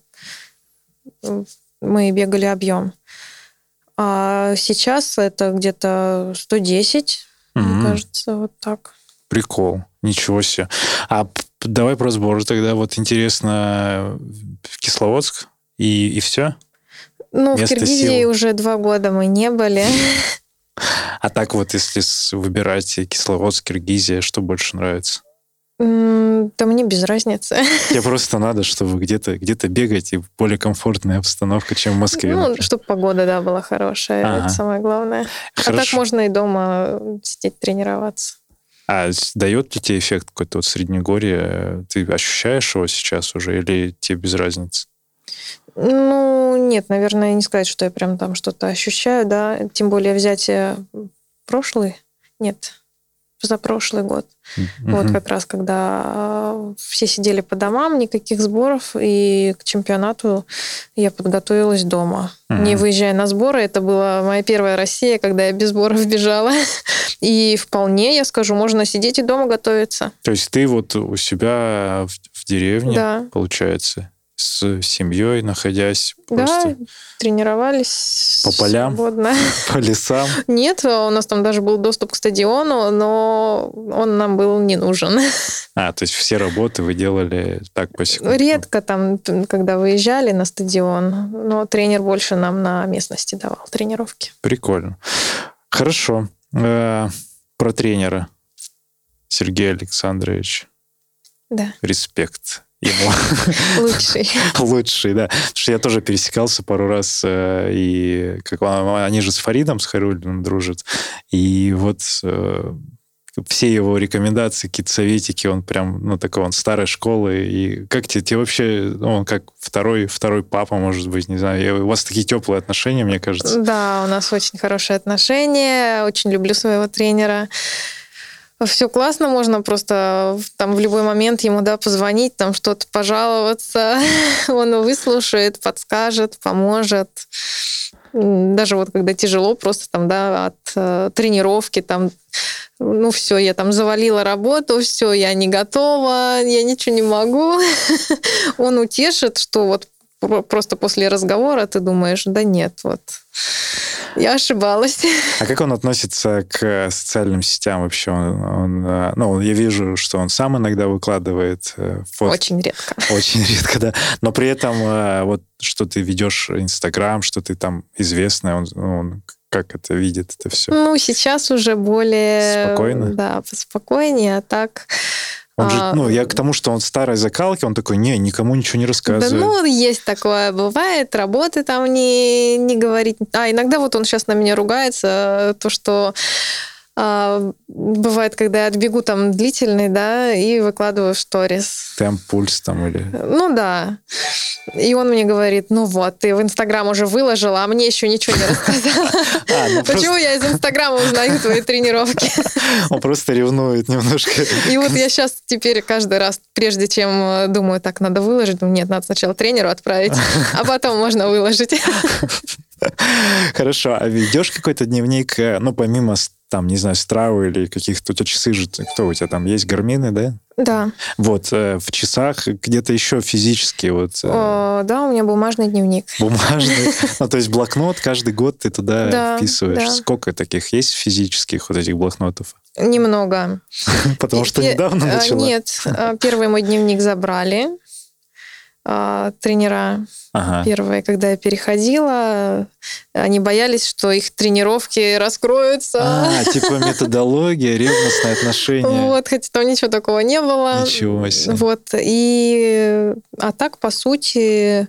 S2: мы бегали объем. А сейчас это где-то 110, мне кажется, вот так.
S1: Прикол. Ничего себе. А давай про сборы тогда. Вот интересно, в Кисловодск и все?
S2: В Киргизии уже 2 года мы не были.
S1: А так вот, если выбирать Кисловодск, Киргизия, что больше нравится?
S2: Да мне без разницы.
S1: Тебе просто надо, чтобы где-то бегать, и более комфортная обстановка, чем в Москве.
S2: Ну, чтобы погода, да, была хорошая, это самое главное.
S1: Хорошо.
S2: А так можно и дома сидеть, тренироваться.
S1: А дает ли тебе эффект какой-то вот Среднегорье? Ты ощущаешь его сейчас уже или тебе без разницы?
S2: Ну, нет, наверное, не сказать, что я прям там что-то ощущаю, да. Тем более взять позапрошлый год. Вот как раз, когда все сидели по домам, никаких сборов, и к чемпионату я подготовилась дома. Не выезжая на сборы, это была моя первая Россия, когда я без сборов бежала. И вполне, я скажу, можно сидеть и дома готовиться.
S1: То есть ты вот у себя в деревне,
S2: да,
S1: получается, с семьей, находясь просто...
S2: Да, тренировались
S1: по полям,
S2: свободно.
S1: по лесам.
S2: Нет, у нас там даже был доступ к стадиону, но он нам был не нужен.
S1: То есть все работы вы делали так по секунду?
S2: Редко там, когда выезжали на стадион, но тренер больше нам на местности давал тренировки.
S1: Прикольно. Хорошо. Про тренера. Сергей Александрович.
S2: Да.
S1: Респект ему. Лучший, да. Потому что я тоже пересекался пару раз, и они же с Фаридом, с Хайруллиным дружат, и вот все его рекомендации, какие-то советики, он прям, такой, он старой школы, и как тебе вообще, он как второй папа, может быть, не знаю, у вас такие теплые отношения, мне кажется.
S2: Да, у нас очень хорошие отношения, очень люблю своего тренера. Все классно, можно просто там в любой момент ему, позвонить, там что-то пожаловаться. Он выслушает, подскажет, поможет. Даже вот когда тяжело, просто там, от тренировки, там, все, я там завалила работу, все, я не готова, я ничего не могу. Он утешит, что вот просто после разговора ты думаешь, да нет, вот, я ошибалась.
S1: А как он относится к социальным сетям вообще? Я вижу, что он сам иногда выкладывает фото.
S2: Очень редко.
S1: Очень редко, да. Но при этом вот что ты ведешь Инстаграм, что ты там известная, он как это видит, это все?
S2: Сейчас уже более...
S1: Спокойно?
S2: Да, поспокойнее, а так...
S1: Он же, я к тому, что он старой закалки, он такой, никому ничего не рассказывает.
S2: Да, есть такое, бывает, работы там не говорить. Иногда вот он сейчас на меня ругается, то, что бывает, когда я отбегу там длительный, и выкладываю в сторис.
S1: Темп, пульс там или...
S2: Да. И он мне говорит, ты в Инстаграм уже выложила, а мне еще ничего не рассказала. Почему я из Инстаграма узнаю твои тренировки?
S1: Он просто ревнует немножко.
S2: И вот я сейчас теперь каждый раз, прежде чем думаю, так, надо выложить, нет, надо сначала тренеру отправить, а потом можно выложить.
S1: Хорошо. А ведешь какой-то дневник, помимо, там, не знаю, Стравы или каких-то... У тебя часы же... Кто у тебя там? Есть гармины, да?
S2: Да.
S1: Вот, в часах где-то еще физически вот...
S2: Да, у меня бумажный дневник.
S1: Бумажный? То есть блокнот каждый год ты туда вписываешь.
S2: Да.
S1: Сколько таких есть физических вот этих блокнотов?
S2: Немного.
S1: Потому что недавно начала?
S2: Нет, первый мой дневник забрали. Тренера первые, когда я переходила, они боялись, что их тренировки раскроются.
S1: Типа методология, ревностное отношение.
S2: Вот, хотя там ничего такого не было.
S1: Ничего себе.
S2: Вот, а так, по сути,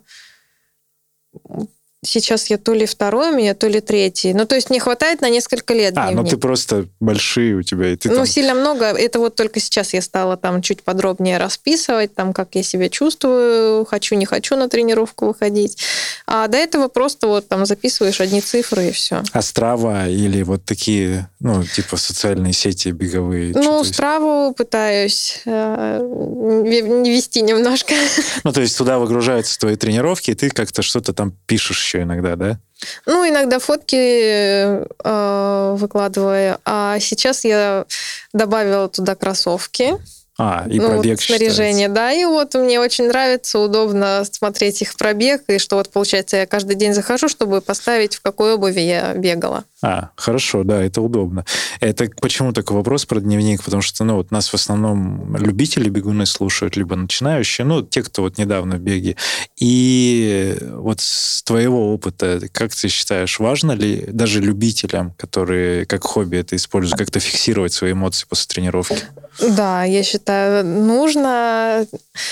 S2: сейчас я то ли второй у меня, то ли третий. То есть не хватает на несколько лет дневник.
S1: Ты просто большие у тебя. И ты там...
S2: сильно много. Это вот только сейчас я стала там чуть подробнее расписывать, там, как я себя чувствую, хочу, не хочу на тренировку выходить. А до этого просто вот там записываешь одни цифры и все.
S1: А Strava или вот такие, типа социальные сети беговые?
S2: Stravу пытаюсь вести немножко.
S1: То есть туда выгружаются твои тренировки, и ты как-то что-то там пишешь еще иногда, да?
S2: Иногда фотки выкладываю. А сейчас я добавила туда кроссовки.
S1: И пробег
S2: снаряжение,
S1: считается.
S2: да. И вот мне очень нравится, удобно смотреть их пробег, и что вот, получается, я каждый день захожу, чтобы поставить, в какой обуви я бегала.
S1: Хорошо, да, это удобно. Это почему такой вопрос про дневник? Потому что, нас в основном любители бегуны слушают, либо начинающие, те, кто вот недавно в беге. И вот с твоего опыта, как ты считаешь, важно ли даже любителям, которые как хобби это используют, как-то фиксировать свои эмоции после тренировки?
S2: Да, я считаю, это нужно.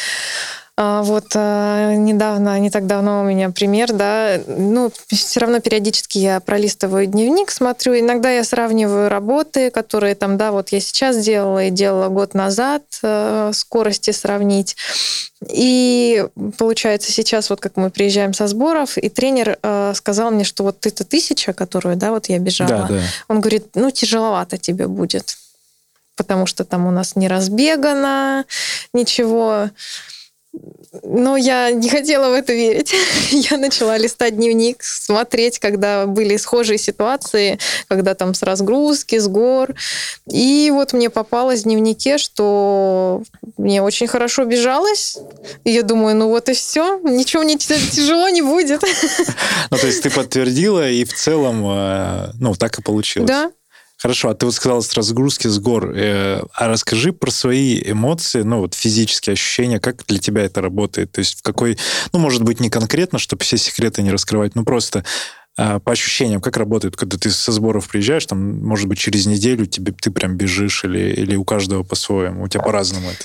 S2: Не так давно у меня пример, да, все равно периодически я пролистываю дневник, смотрю, иногда я сравниваю работы, которые там, да, вот я сейчас делала и делала год назад, скорости сравнить. И получается сейчас, вот как мы приезжаем со сборов, и тренер сказал мне, что вот эта 1000, которую, да, вот я бежала,
S1: да.
S2: Он говорит, тяжеловато тебе будет, потому что там у нас не разбегано, ничего. Но я не хотела в это верить. Я начала листать дневник, смотреть, когда были схожие ситуации, когда там с разгрузки, с гор. И вот мне попалось в дневнике, что мне очень хорошо бежалось. И я думаю, вот и все, ничего мне тяжело не будет.
S1: То есть ты подтвердила, и в целом, так и получилось.
S2: Да.
S1: Хорошо, а ты вот сказала с разгрузки с гор. А расскажи про свои эмоции, физические ощущения, как для тебя это работает? То есть в какой, может быть, не конкретно, чтобы все секреты не раскрывать, просто по ощущениям, как работает, когда ты со сборов приезжаешь, там, может быть, через неделю ты прям бежишь, или у каждого по-своему, у тебя по-разному это?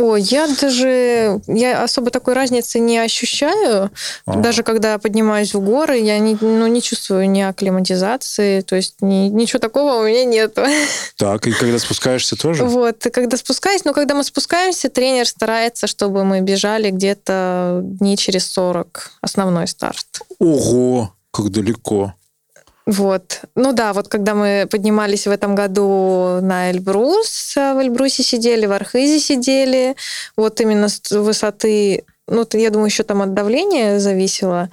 S2: Я особо такой разницы не ощущаю. Даже когда поднимаюсь в горы, я не чувствую ни акклиматизации, то есть ничего такого у меня нет.
S1: Так, и когда спускаешься тоже?
S2: Когда спускаюсь, когда мы спускаемся, тренер старается, чтобы мы бежали где-то дней через 40, основной старт.
S1: Ого, как далеко.
S2: Когда мы поднимались в этом году на Эльбрус, в Эльбрусе сидели, в Архизе сидели, именно с высоты, я думаю, еще там от давления зависело.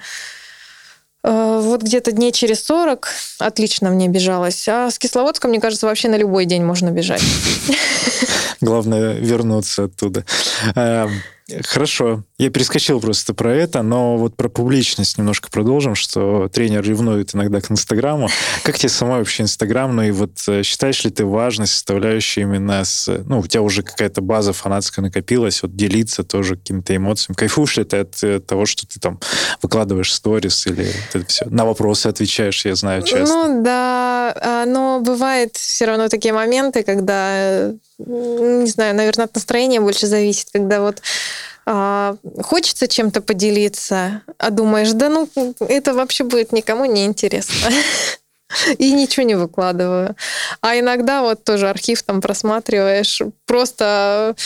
S2: Где-то дней через 40 отлично мне бежалось. А с Кисловодска, мне кажется, вообще на любой день можно бежать.
S1: Главное вернуться оттуда. Хорошо. Я перескочил просто про это, но вот про публичность немножко продолжим, что тренер ревнует иногда к Инстаграму. Как тебе самой вообще Инстаграм? Считаешь ли ты важной составляющей именно у тебя уже какая-то база фанатская накопилась, делиться тоже какими-то эмоциями? Кайфуешь ли ты от того, что ты там выкладываешь сторис или это все? На вопросы отвечаешь, я знаю, часто.
S2: Да, но бывает все равно такие моменты, когда, не знаю, наверное, от настроения больше зависит, когда хочется чем-то поделиться, а думаешь, это вообще будет никому не интересно. И ничего не выкладываю. А иногда тоже архив там просматриваешь, просто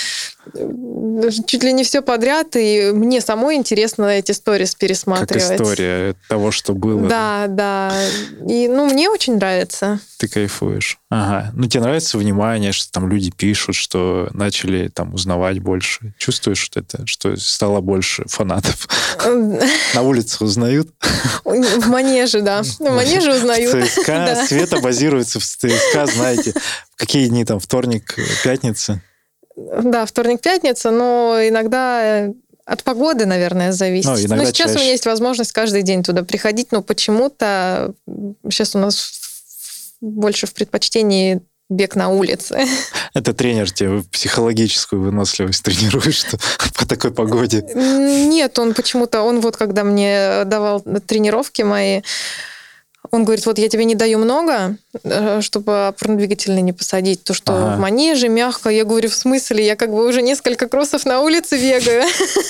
S2: чуть ли не все подряд, и мне самой интересно эти сторис пересматривать.
S1: Как история того, что было.
S2: Да. И, мне очень нравится.
S1: Ты кайфуешь. Ага. Тебе нравится внимание, что там люди пишут, что начали там узнавать больше? Чувствуешь что стало больше фанатов? На улице узнают?
S2: В манеже, да. В манеже узнают.
S1: В ЦСКА. Света базируется в ЦСКА, знаете. В какие дни там? Вторник, пятница?
S2: Да, вторник-пятница, но иногда от погоды, наверное, зависит. Но сейчас
S1: чаще.
S2: У меня есть возможность каждый день туда приходить, но почему-то сейчас у нас больше в предпочтении бег на улице.
S1: Это тренер тебе психологическую выносливость тренирует, что по такой погоде?
S2: Нет, он когда мне давал тренировки мои, он говорит, я тебе не даю много, чтобы опорно-двигательный не посадить, то, что в манеже мягко. Я говорю, в смысле? Я уже несколько кроссов на улице бегаю.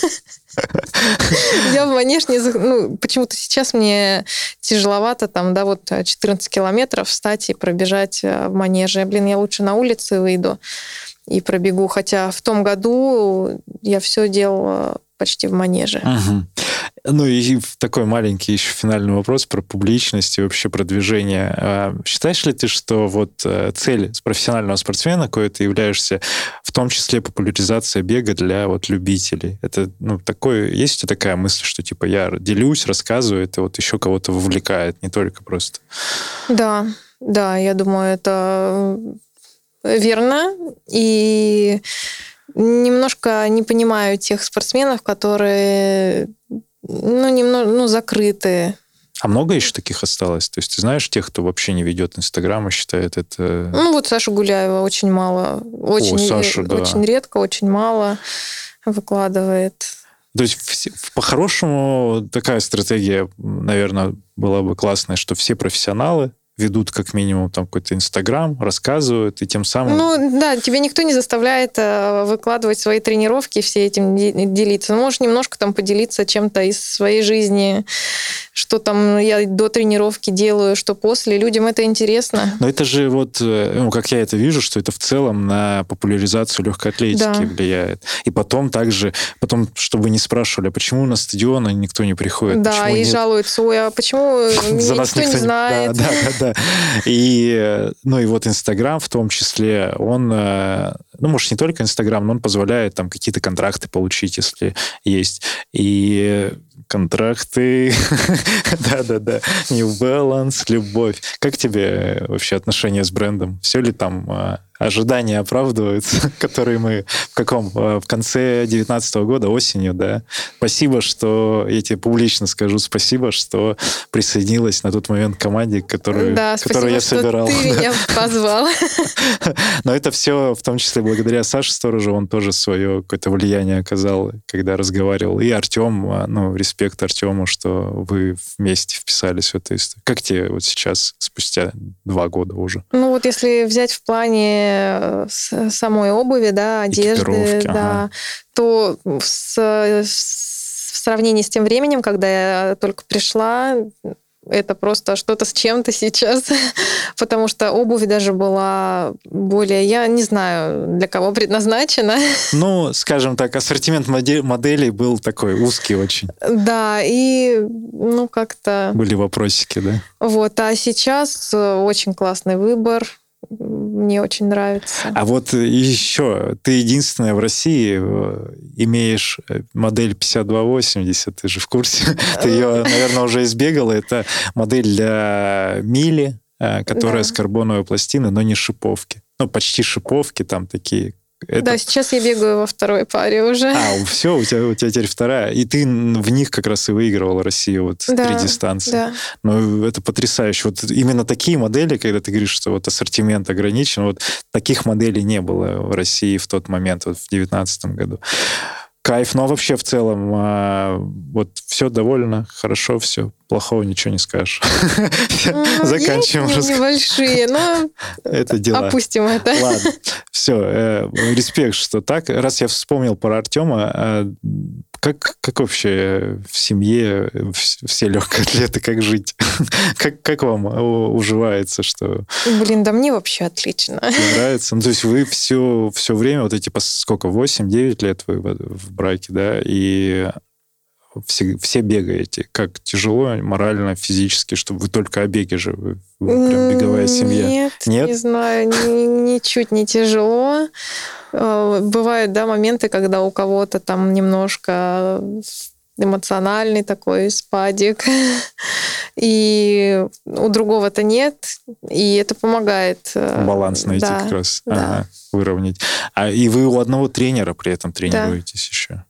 S2: Я в манеж почему-то сейчас мне тяжеловато 14 километров встать и пробежать в манеже. Я лучше на улице выйду и пробегу. Хотя в том году я все делала почти в манеже.
S1: И такой маленький еще финальный вопрос про публичность и вообще продвижение. Считаешь ли ты, что цель профессионального спортсмена, какой ты являешься, в том числе популяризация бега для любителей? Это, есть у тебя такая мысль, что я делюсь, рассказываю, это еще кого-то вовлекает, не только просто?
S2: Да, я думаю, это верно. И немножко не понимаю тех спортсменов, которые немного закрытые.
S1: А много еще таких осталось? То есть ты знаешь тех, кто вообще не ведет Инстаграм и считает это...
S2: Саша Гуляева очень мало. Очень редко, очень мало выкладывает.
S1: То есть по-хорошему такая стратегия, наверное, была бы классная, что все профессионалы ведут как минимум там какой-то Инстаграм, рассказывают, и тем самым...
S2: Ну, да, тебя никто не заставляет выкладывать свои тренировки, все этим делиться. Ну, можешь немножко там поделиться чем-то из своей жизни, что там я до тренировки делаю, что после. Людям это интересно.
S1: Но это же вот, ну, как я это вижу, что это в целом на популяризацию легкой атлетики влияет. И потом также, чтобы не спрашивали, а почему на стадионы никто не приходит?
S2: Да, и жалуются, ой, а почему меня никто не знает?
S1: Да. И, ну, и вот Инстаграм в том числе, он, ну, может, не только Инстаграм, но он позволяет там какие-то контракты получить, если есть. И контракты, да, New Balance, любовь. Как тебе вообще отношения с брендом? Все ли там ожидания оправдываются, которые мы в конце 2019 года, осенью, да? Спасибо, что, я тебе публично скажу, спасибо, что присоединилась на тот момент к команде, которую я собирал.
S2: Да, спасибо, что ты меня позвал.
S1: Но это все в том числе благодаря Саше Сторожу, он тоже свое какое-то влияние оказал, когда разговаривал. И Артем, ну, респект Артему, что вы вместе вписались в эту историю. Как тебе вот сейчас, спустя 2 года уже?
S2: Ну вот если взять в плане самой обуви, да, одежды, да, то в сравнении с тем временем, когда я только пришла, это просто что-то с чем-то сейчас, потому что обувь даже была более, я не знаю, для кого предназначена.
S1: Ну, скажем так, ассортимент моделей был такой узкий очень.
S2: Да, и ну как-то...
S1: Были вопросики, да?
S2: Вот, а сейчас очень классный выбор. Мне очень нравится.
S1: А вот еще, ты единственная в России имеешь модель 5280, ты же в курсе? Ты ее, наверное, уже избегала. Это модель для мили, которая с карбоновой пластины, но не шиповки. Ну, почти шиповки там такие.
S2: Да, сейчас я бегаю во второй паре уже.
S1: Все, у тебя теперь вторая. И ты в них как раз и выигрывала Россию, вот 3 дистанции.
S2: Да.
S1: Ну, это потрясающе. Вот именно такие модели, когда ты говоришь, что вот ассортимент ограничен, вот таких моделей не было в России в тот момент, вот в 2019 году. Кайф, но вообще в целом вот все довольно хорошо, все, плохого ничего не скажешь. Заканчиваем.
S2: Есть небольшие, но
S1: это дела.
S2: Опустим это.
S1: Ладно, все, респект, что так. Раз я вспомнил про Артема, как вообще в семье все легкоатлеты, как жить? Как вам уживается, что...
S2: Блин, да мне вообще отлично.
S1: Нравится? Ну, то есть вы все время, вот эти, сколько, 8-9 лет вы в браке, да, и все бегаете. Как тяжело морально, физически, чтобы вы только о беге же, вы прям беговая семья.
S2: Нет? Не знаю, ничуть не тяжело. Бывают, да, моменты, когда у кого-то там немножко эмоциональный такой спадик, и у другого-то нет, и это помогает.
S1: Баланс найти как раз, выровнять. И вы у одного тренера при этом тренируетесь еще.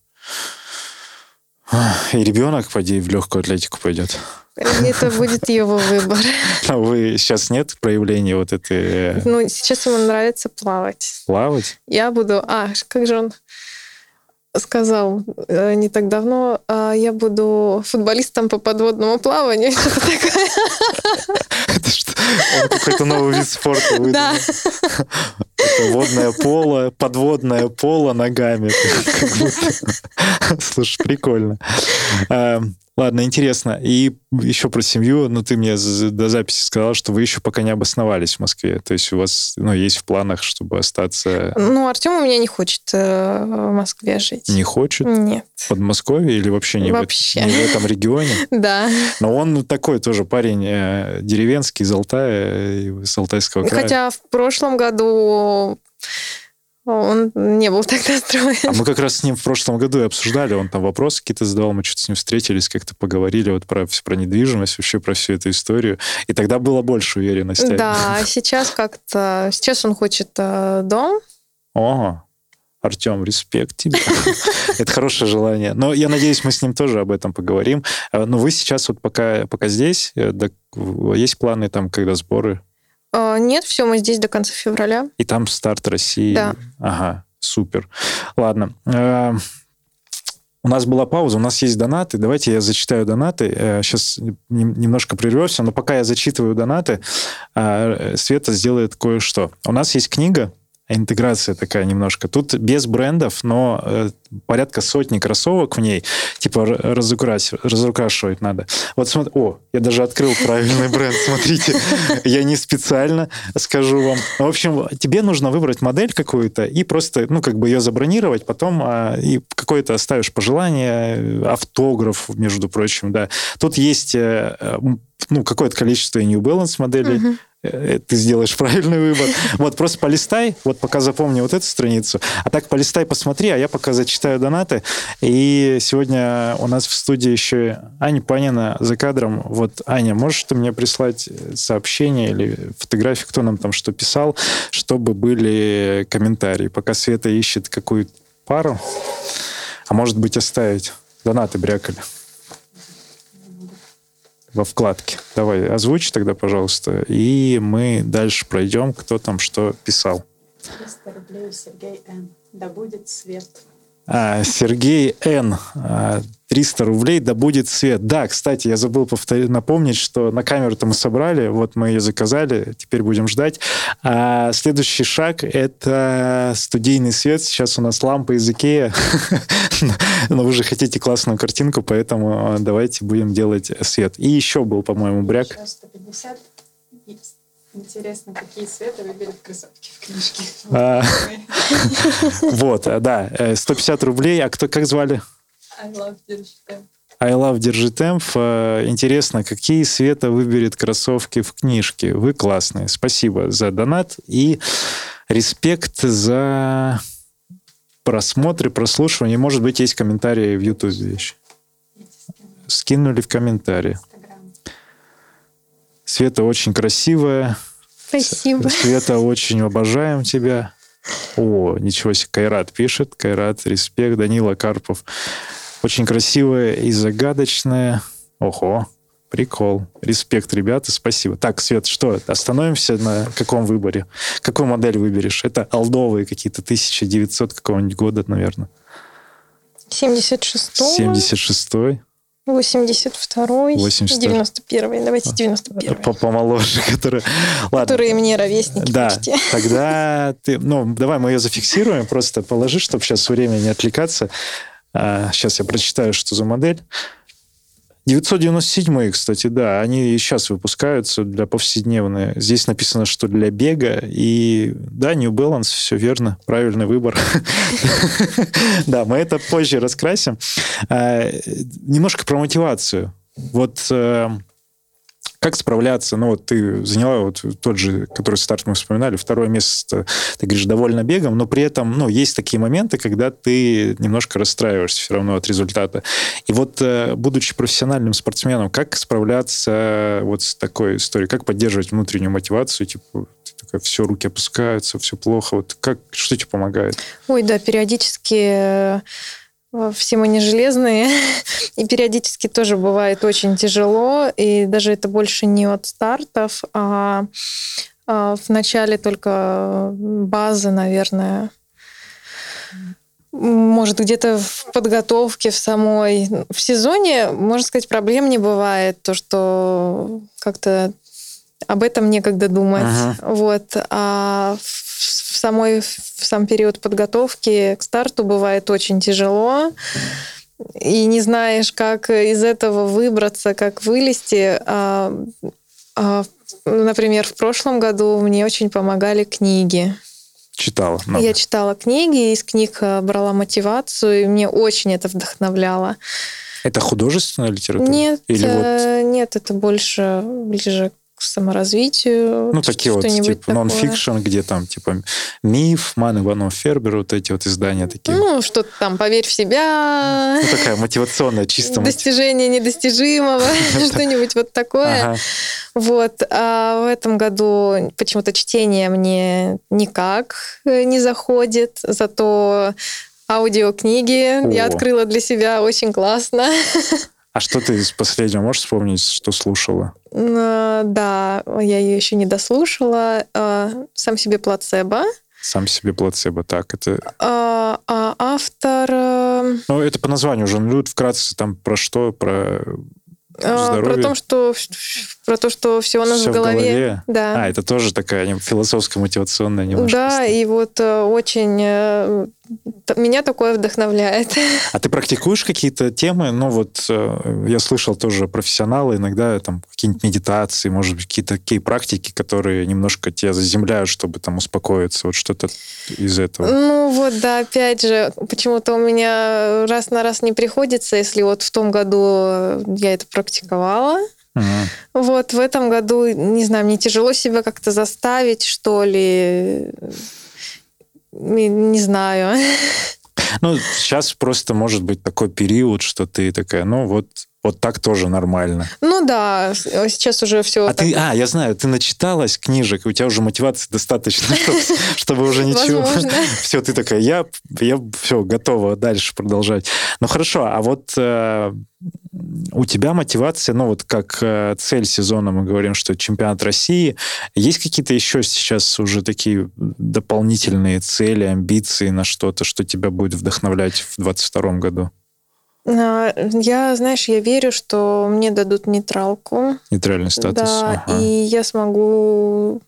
S1: И ребенок, поди, в легкую атлетику пойдет.
S2: Это будет его выбор.
S1: А вы сейчас нет проявления вот этой...
S2: Ну, сейчас ему нравится плавать.
S1: Плавать?
S2: Я буду... как же он сказал не так давно, я буду футболистом по подводному плаванию. Что-то такое.
S1: Это что? Он какой-то новый вид спорта выдумал.
S2: Да.
S1: Водное поло, подводное поло ногами. Слушай, прикольно. Ладно, интересно. И еще про семью. Ну, ты мне до записи сказала, что вы еще пока не обосновались в Москве. То есть у вас есть в планах, чтобы остаться...
S2: Ну, Артем у меня не хочет в Москве жить.
S1: Не хочет?
S2: Нет.
S1: В Подмосковье или вообще не в этом регионе?
S2: Да.
S1: Но он такой тоже парень деревенский, из Алтая, из Алтайского края.
S2: Хотя в прошлом году... Он не был так настроен.
S1: А мы как раз с ним в прошлом году и обсуждали, он там вопросы какие-то задавал, мы что-то с ним встретились, как-то поговорили вот про недвижимость, вообще про всю эту историю. И тогда было больше уверенности.
S2: Да, сейчас как-то... Сейчас он хочет дом.
S1: Ого, Артем, респект тебе. Это хорошее желание. Но я надеюсь, мы с ним тоже об этом поговорим. Но вы сейчас вот пока здесь, есть планы там, когда сборы?
S2: Нет, все, мы здесь до конца февраля.
S1: И там старт России.
S2: Да.
S1: Ага, супер. Ладно. У нас была пауза, у нас есть донаты. Давайте я зачитаю донаты. Сейчас немножко прервемся, но пока я зачитываю донаты, Света сделает кое-что. У нас есть книга, интеграция такая немножко. Тут без брендов, но порядка сотни кроссовок в ней. Типа разукрашивать надо. Вот смотри, я даже открыл правильный бренд, смотрите. Я не специально скажу вам. В общем, тебе нужно выбрать модель какую-то и просто, ее забронировать, потом и какое-то оставишь пожелание, автограф, между прочим, да. Тут есть какое-то количество New Balance моделей. Ты сделаешь правильный выбор. Вот просто полистай, вот пока запомни вот эту страницу, а так полистай, посмотри, а я пока зачитаю донаты. И сегодня у нас в студии еще Аня Панина за кадром. Вот, Аня, можешь ты мне прислать сообщение или фотографию, кто нам там что писал, чтобы были комментарии, пока Света ищет какую-то пару, а может быть оставить. Донаты брякали во вкладке. Давай, озвучь тогда, пожалуйста, и мы дальше пройдем, кто там что писал.
S3: 300 рублей Сергей Н. Да будет свет.
S1: Сергей Н. 300 рублей, да будет свет. Да, кстати, я забыл напомнить, что на камеру-то мы собрали, вот мы ее заказали, теперь будем ждать. Следующий шаг — это студийный свет. Сейчас у нас лампа из Икеа, но вы же хотите классную картинку, поэтому давайте будем делать свет. И еще был, по-моему, бряк.
S3: Еще 150. Интересно, какие цвета выберет кроссовки в книжке.
S1: Вот, да, 150 рублей. А как звали?
S3: I love Держи темп.
S1: I love Держи темп. Интересно, какие Света выберет кроссовки в книжке? Вы классные. Спасибо за донат и респект за просмотры, прослушивание. Может быть, есть комментарии в Ютубе еще. Скинули в комментарии. Света очень красивая.
S2: Спасибо.
S1: Света, очень обожаем тебя. Ничего себе. Кайрат пишет. Кайрат, респект. Данила Карпов. Очень красивая и загадочная. Ого, прикол. Респект, ребята, спасибо. Так, Свет, что, остановимся на каком выборе? Какую модель выберешь? Это олдовые какие-то 1900 какого-нибудь года, наверное.
S2: 76-й.
S1: 76-й.
S2: 82-й, 91-й. Давайте 91-й.
S1: Помоложе, которые...
S2: Которые мне ровесники почти.
S1: Тогда ты... давай мы ее зафиксируем, просто положи, чтобы сейчас время не отвлекаться. Сейчас я прочитаю, что за модель. 997, кстати, да, они и сейчас выпускаются для повседневной. Здесь написано, что для бега. И да, New Balance, все верно, правильный выбор. Да, мы это позже раскрасим. Немножко про мотивацию. Вот как справляться? Ты заняла тот же, который старт мы вспоминали, второе место, ты говоришь, довольна бегом, но при этом, есть такие моменты, когда ты немножко расстраиваешься все равно от результата. И будучи профессиональным спортсменом, как справляться с такой историей? Как поддерживать внутреннюю мотивацию? Типа, ты такая, все, руки опускаются, все плохо. Что тебе помогает?
S2: Да, периодически... Все мы не железные, и периодически тоже бывает очень тяжело, и даже это больше не от стартов, а в начале только базы, наверное. Может, где-то в подготовке в самой. В сезоне, можно сказать, проблем не бывает, то, что как-то об этом некогда думать. А в сам период подготовки к старту бывает очень тяжело, и не знаешь, как из этого выбраться, как вылезти. Например, в прошлом году мне очень помогали книги.
S1: Читала.
S2: Я читала книги, из книг брала мотивацию, и мне очень это вдохновляло.
S1: Это художественная литература?
S2: Нет, нет, это больше ближе к саморазвитию.
S1: Такие типа нон-фикшн, где там, типа, «Миф», «Ман Иванов Фербер», эти издания такие.
S2: Что-то там «Поверь в себя».
S1: Такая мотивационная, чисто.
S2: «Достижение недостижимого», что-нибудь такое. А в этом году почему-то чтение мне никак не заходит, зато аудиокниги я открыла для себя очень классно.
S1: А что ты из последнего можешь вспомнить, что слушала?
S2: Да, я ее еще не дослушала. «Сам себе плацебо».
S1: Сам себе плацебо. Так, это...
S2: А автор...
S1: Ну, это по названию уже. Ну, вкратце там про что? Про здоровье?
S2: Про то, что все у нас
S1: Всё
S2: в голове. Да.
S1: Это тоже такая философская, мотивационная немножко.
S2: Да, и вот очень... Меня такое вдохновляет.
S1: А ты практикуешь какие-то темы? Ну, вот я слышал тоже профессионалы, иногда там какие-нибудь медитации, может быть, какие-то такие практики, которые немножко тебя заземляют, чтобы там успокоиться. Вот что-то из этого.
S2: Ну, вот, да, опять же, почему-то у меня раз на раз не приходится, если вот в том году я это практиковала. Вот, в этом году, не знаю, мне тяжело себя как-то заставить, что ли. Не знаю.
S1: Ну, сейчас просто может быть такой период, что ты такая, ну, вот так тоже нормально.
S2: Ну да, сейчас уже все.
S1: Я знаю, ты начиталась книжек, у тебя уже мотивации достаточно, чтобы уже ничего.
S2: Возможно.
S1: Все, ты такая, я все, готова дальше продолжать. Ну, хорошо, а вот у тебя мотивация, ну, вот как цель сезона, мы говорим, что чемпионат России. Есть какие-то еще сейчас уже такие дополнительные цели, амбиции на что-то, что тебя будет вдохновлять в 2022 году?
S2: Я верю, что мне дадут нейтралку.
S1: Нейтральный статус.
S2: Да, и я смогу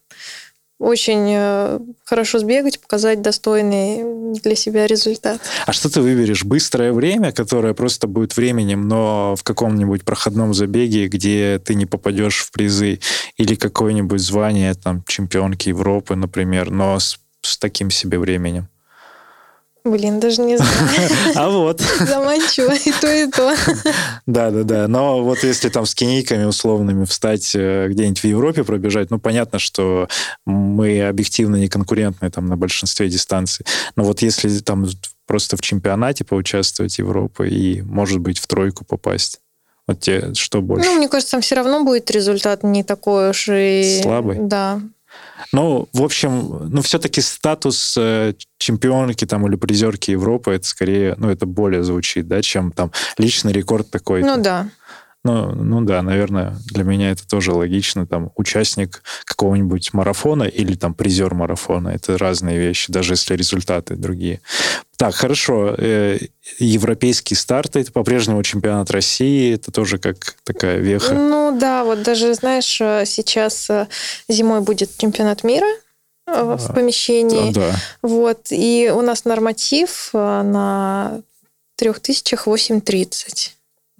S2: очень хорошо сбегать, показать достойный для себя результат.
S1: А что ты выберешь? Быстрое время, которое просто будет временем, но в каком-нибудь проходном забеге, где ты не попадешь в призы, или какое-нибудь звание там чемпионки Европы, например, но с таким себе временем?
S2: Блин, даже не знаю.
S1: А вот.
S2: Заманчиво и то, и то.
S1: Да. Но вот если там с кинейками условными встать где-нибудь в Европе пробежать, ну, понятно, что мы объективно не конкурентны там на большинстве дистанций. Но вот если там просто в чемпионате поучаствовать Европы и, может быть, в тройку попасть, вот тебе что больше?
S2: Ну, мне кажется, там все равно будет результат не такой уж и...
S1: Слабый?
S2: Да.
S1: Ну, в общем, все-таки статус чемпионки там или призерки Европы, это скорее, это более звучит, да, чем там личный рекорд такой.
S2: Ну, да.
S1: Ну да, наверное, для меня это тоже логично. Там участник какого-нибудь марафона или там призер марафона. Это разные вещи, даже если результаты другие. Так, хорошо. Европейские старты, это по-прежнему чемпионат России, это тоже как такая веха.
S2: Ну да, вот даже, знаешь, сейчас зимой будет чемпионат мира в помещении.
S1: Да.
S2: Вот, и у нас норматив на 3000 8:30.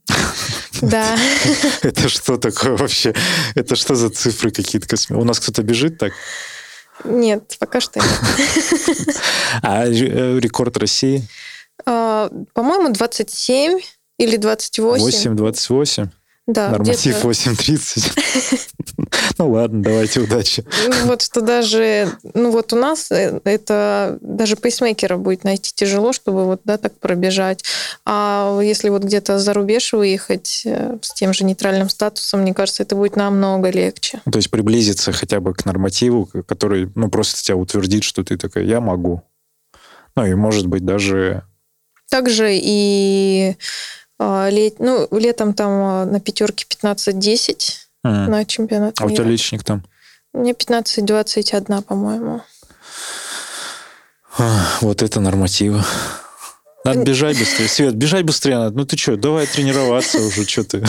S2: Да.
S1: Это что такое вообще? Это что за цифры какие-то космические? У нас кто-то бежит так?
S2: Нет, пока что нет.
S1: А рекорд России?
S2: По-моему, 27 или 28.
S1: 8:28?
S2: Да,
S1: норматив 8:30. Ну ладно, давайте, удачи.
S2: Вот что даже, у нас это даже пейсмейкера будет найти тяжело, чтобы так пробежать. А если где-то за рубеж выехать с тем же нейтральным статусом, мне кажется, это будет намного легче.
S1: То есть приблизиться хотя бы к нормативу, который, просто тебя утвердит, что ты такая, я могу. И может быть даже...
S2: Также и летом там на пятерке 15:10 на чемпионат мира.
S1: А у тебя личник там?
S2: У меня 15:21, по-моему.
S1: Вот это нормативы. Надо бежать быстрее. Свет, бежать быстрее надо. Ну ты что, давай тренироваться уже, что ты.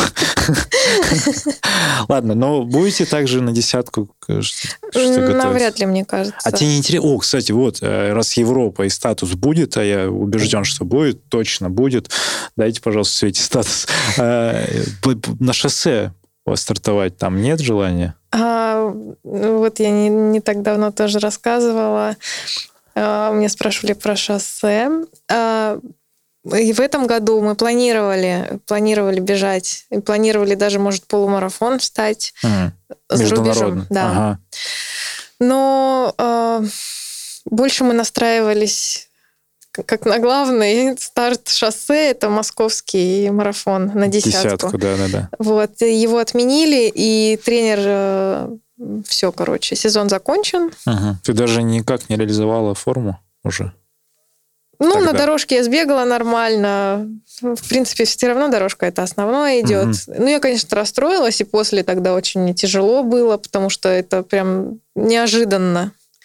S1: Ладно, но будете также на десятку
S2: навряд ли, мне кажется.
S1: А тебе не интересно? Кстати, раз Европа и статус будет, а я убежден, что будет, точно будет, дайте, пожалуйста, Свете статус. На шоссе стартовать там нет желания?
S2: Вот я не так давно тоже рассказывала. Меня спрашивали про шоссе. И в этом году мы планировали бежать. И планировали даже, может, полумарафон встать за рубежом. Да.
S1: Ага.
S2: Но больше мы настраивались как на главный старт шоссе. Это московский марафон на десятку.
S1: Да.
S2: Вот. Его отменили, и тренер... Все, сезон закончен.
S1: Ага. Ты даже никак не реализовала форму уже?
S2: На дорожке я сбегала нормально. В принципе, все равно дорожка это основное идет. Я, конечно, расстроилась, и после тогда очень тяжело было, потому что это прям неожиданно.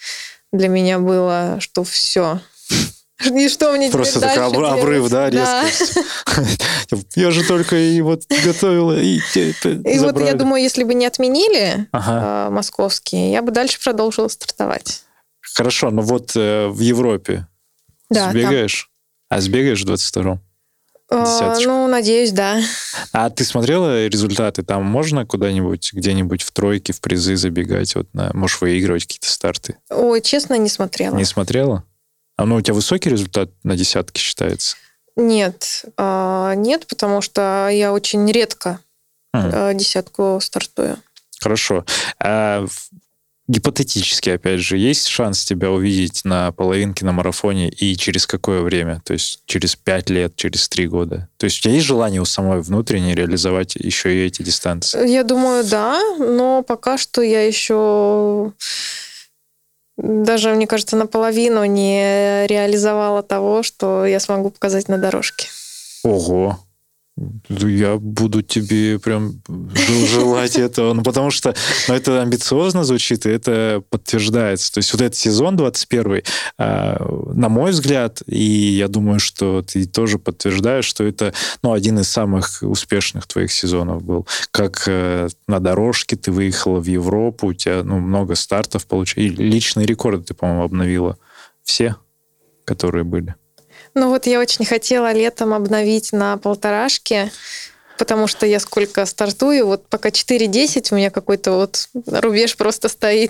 S2: для меня было, что все. И что мне
S1: Просто
S2: теперь
S1: такой
S2: дальше
S1: обрыв, да,
S2: делать?
S1: резкость. Я же только и вот готовила, и
S2: И вот я думаю, если бы не отменили
S1: Ага.
S2: московские, я бы дальше продолжила стартовать.
S1: Хорошо, но вот в Европе
S2: Да,
S1: сбегаешь? А сбегаешь в 22-м? Десяточку.
S2: Ну, надеюсь, да.
S1: А ты смотрела результаты? Там можно куда-нибудь, где-нибудь в тройке, в призы забегать? Вот можешь выигрывать какие-то старты?
S2: Ой, честно, не смотрела.
S1: Не смотрела? А ну, у тебя высокий результат на десятке считается?
S2: Нет, нет, потому что я очень редко десятку стартую.
S1: Хорошо. Гипотетически, опять же, есть шанс тебя увидеть на половинке на марафоне и через какое время? То есть через 5 лет, через 3 года? То есть у тебя есть желание у самой внутренне реализовать еще и эти дистанции?
S2: Я думаю, да, но пока что я еще даже, мне кажется, наполовину не реализовала того, что я смогу показать на дорожке.
S1: Ого! Я буду тебе прям желать этого. Ну, потому что это амбициозно звучит, и это подтверждается. То есть вот этот сезон 21-й, на мой взгляд, и я думаю, что ты тоже подтверждаешь, что это один из самых успешных твоих сезонов был. Как на дорожке ты выехала в Европу, у тебя много стартов получилось. И личные рекорды ты, по-моему, обновила. Все, которые были.
S2: Ну вот я очень хотела летом обновить на полторашке, потому что я сколько стартую, вот пока 4:10 у меня какой-то вот рубеж просто стоит.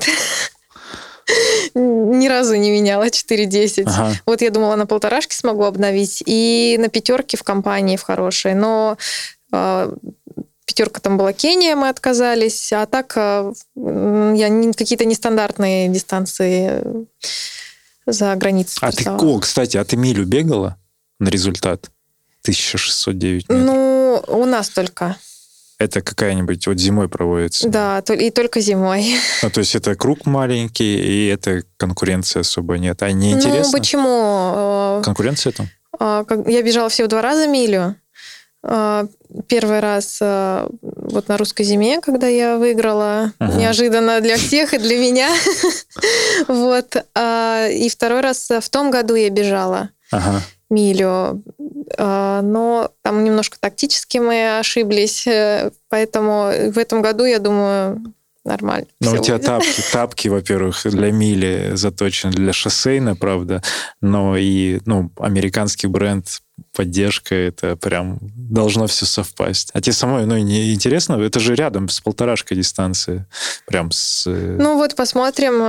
S2: Ни разу не меняла 4:10.
S1: Ага.
S2: Вот я думала, на полторашке смогу обновить, и на пятерке в компании в хорошей, но пятерка там была Кения, мы отказались, а так я какие-то нестандартные дистанции за границей.
S1: Кстати, ты милю бегала на результат? 1609 метров.
S2: Ну, у нас только.
S1: Это какая-нибудь вот зимой проводится?
S2: Да, и только зимой.
S1: То есть это круг маленький, и это конкуренции особо нет. А не интересно?
S2: Ну, почему?
S1: Конкуренция там?
S2: Я бежала всего 2 раза милю. Первый раз вот на русской зиме, когда я выиграла, неожиданно для всех и для меня. Вот. И второй раз в том году я бежала милю. Но там немножко тактически мы ошиблись, поэтому в этом году, я думаю, нормально.
S1: Но у тебя тапки, во-первых, для мили заточены, для шоссейна, правда, но и американский бренд, поддержка, это прям должно все совпасть. А тебе самой, не интересно? Это же рядом с полторашкой дистанции. Прям с...
S2: Ну вот посмотрим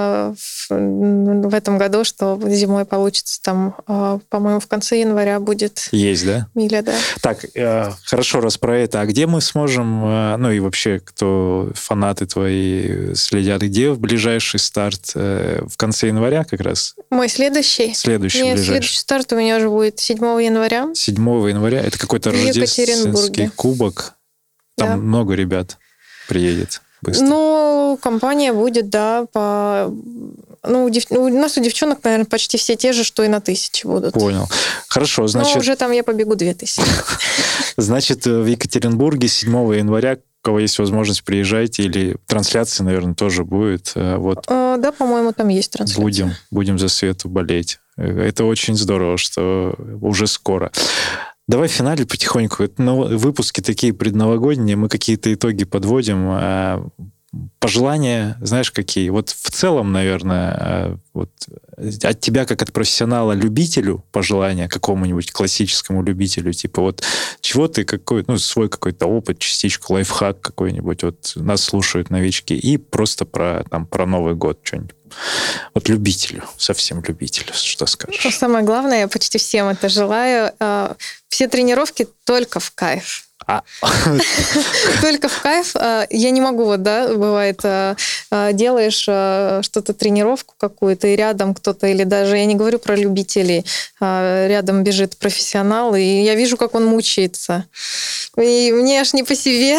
S2: в этом году, что зимой получится. Там, по-моему, в конце января будет.
S1: Есть, да?
S2: Миля, да.
S1: Так, хорошо, раз про это. А где мы сможем, и вообще, кто фанаты твои следят, где в ближайший старт? В конце января как раз?
S2: Мой следующий?
S1: Следующий.
S2: Следующий старт у меня уже будет 7 января.
S1: 7 января. Это какой-то рождественский кубок. Там много ребят приедет быстро.
S2: Ну, компания будет, да, у нас у девчонок, наверное, почти все те же, что и на 1000 будут.
S1: Понял. Хорошо, значит...
S2: Но уже там я побегу 2000.
S1: Значит, в Екатеринбурге 7 января, у кого есть возможность, приезжайте, или трансляция, наверное, тоже будет. Вот.
S2: Да, по-моему, там есть трансляция.
S1: Будем за Свету болеть. Это очень здорово, что уже скоро. Давай финале потихоньку. Выпуски такие предновогодние, мы какие-то итоги подводим. Пожелания, знаешь, какие? Вот в целом, наверное, вот от тебя, как от профессионала-любителю, пожелания какому-нибудь классическому любителю, типа вот чего ты, свой какой-то опыт, частичку, лайфхак какой-нибудь, вот нас слушают новички, и просто про Новый год что-нибудь. Вот любителю, совсем любителю, что скажешь?
S2: Самое главное, я почти всем это желаю. Все тренировки только в кайф. Только в кайф. Я не могу, бывает, делаешь что-то, тренировку какую-то, и рядом кто-то, или даже, я не говорю про любителей, рядом бежит профессионал, и я вижу, как он мучается. И мне аж не по себе.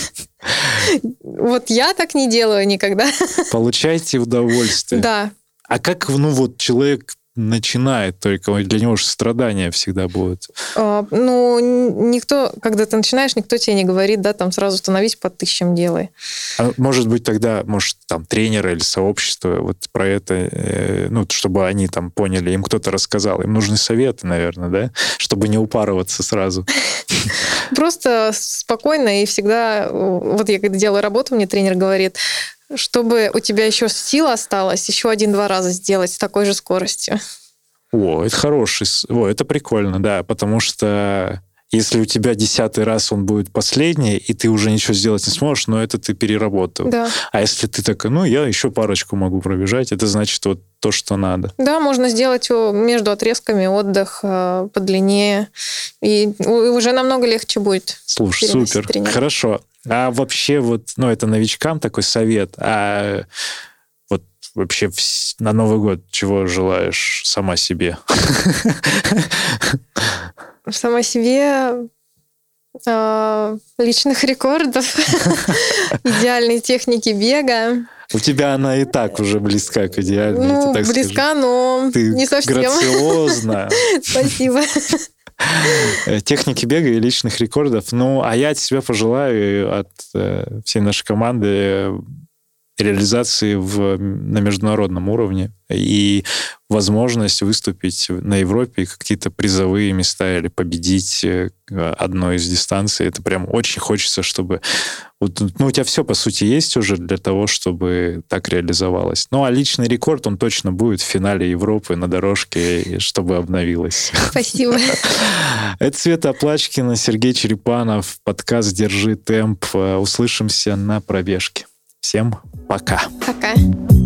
S2: Вот я так не делаю никогда.
S1: Получайте удовольствие.
S2: Да.
S1: А как, человек начинает только, для него же страдания всегда будут.
S2: Никто, когда ты начинаешь, никто тебе не говорит, да, там сразу становись по 1000 делай.
S1: А может быть, тогда, там тренеры или сообщество вот про это, чтобы они там поняли, им кто-то рассказал, им нужны советы, наверное, да, чтобы не упарываться сразу.
S2: Просто спокойно и всегда, вот я когда делаю работу, мне тренер говорит, чтобы у тебя еще сила осталась, еще 1-2 раза сделать с такой же скоростью.
S1: Это хороший, это прикольно, да, потому что если у тебя 10-й раз он будет последний, и ты уже ничего сделать не сможешь, но это ты переработал.
S2: Да.
S1: А если ты такой, я еще парочку могу пробежать, это значит вот то, что надо.
S2: Да, можно сделать между отрезками отдых подлиннее, и уже намного легче будет.
S1: Слушай, супер, тренер. Хорошо. А вообще это новичкам такой совет, а вот вообще на Новый год чего желаешь сама себе?
S2: Сама себе личных рекордов, идеальной техники бега.
S1: У тебя она и так уже близка к идеальной.
S2: Близка, но
S1: ты
S2: не совсем.
S1: Грациозна.
S2: Спасибо.
S1: Техники бега и личных рекордов. А я от себя пожелаю, от всей нашей команды, реализации на международном уровне и возможность выступить на Европе, какие-то призовые места или победить одной из дистанций. Это прям очень хочется, чтобы... у тебя все, по сути, есть уже для того, чтобы так реализовалось. А личный рекорд, он точно будет в финале Европы на дорожке, чтобы обновилось.
S2: Спасибо.
S1: Это Света Оплачкина, Сергей Черепанов, подкаст «Держи темп». Услышимся на пробежке. Всем пока.
S2: Пока.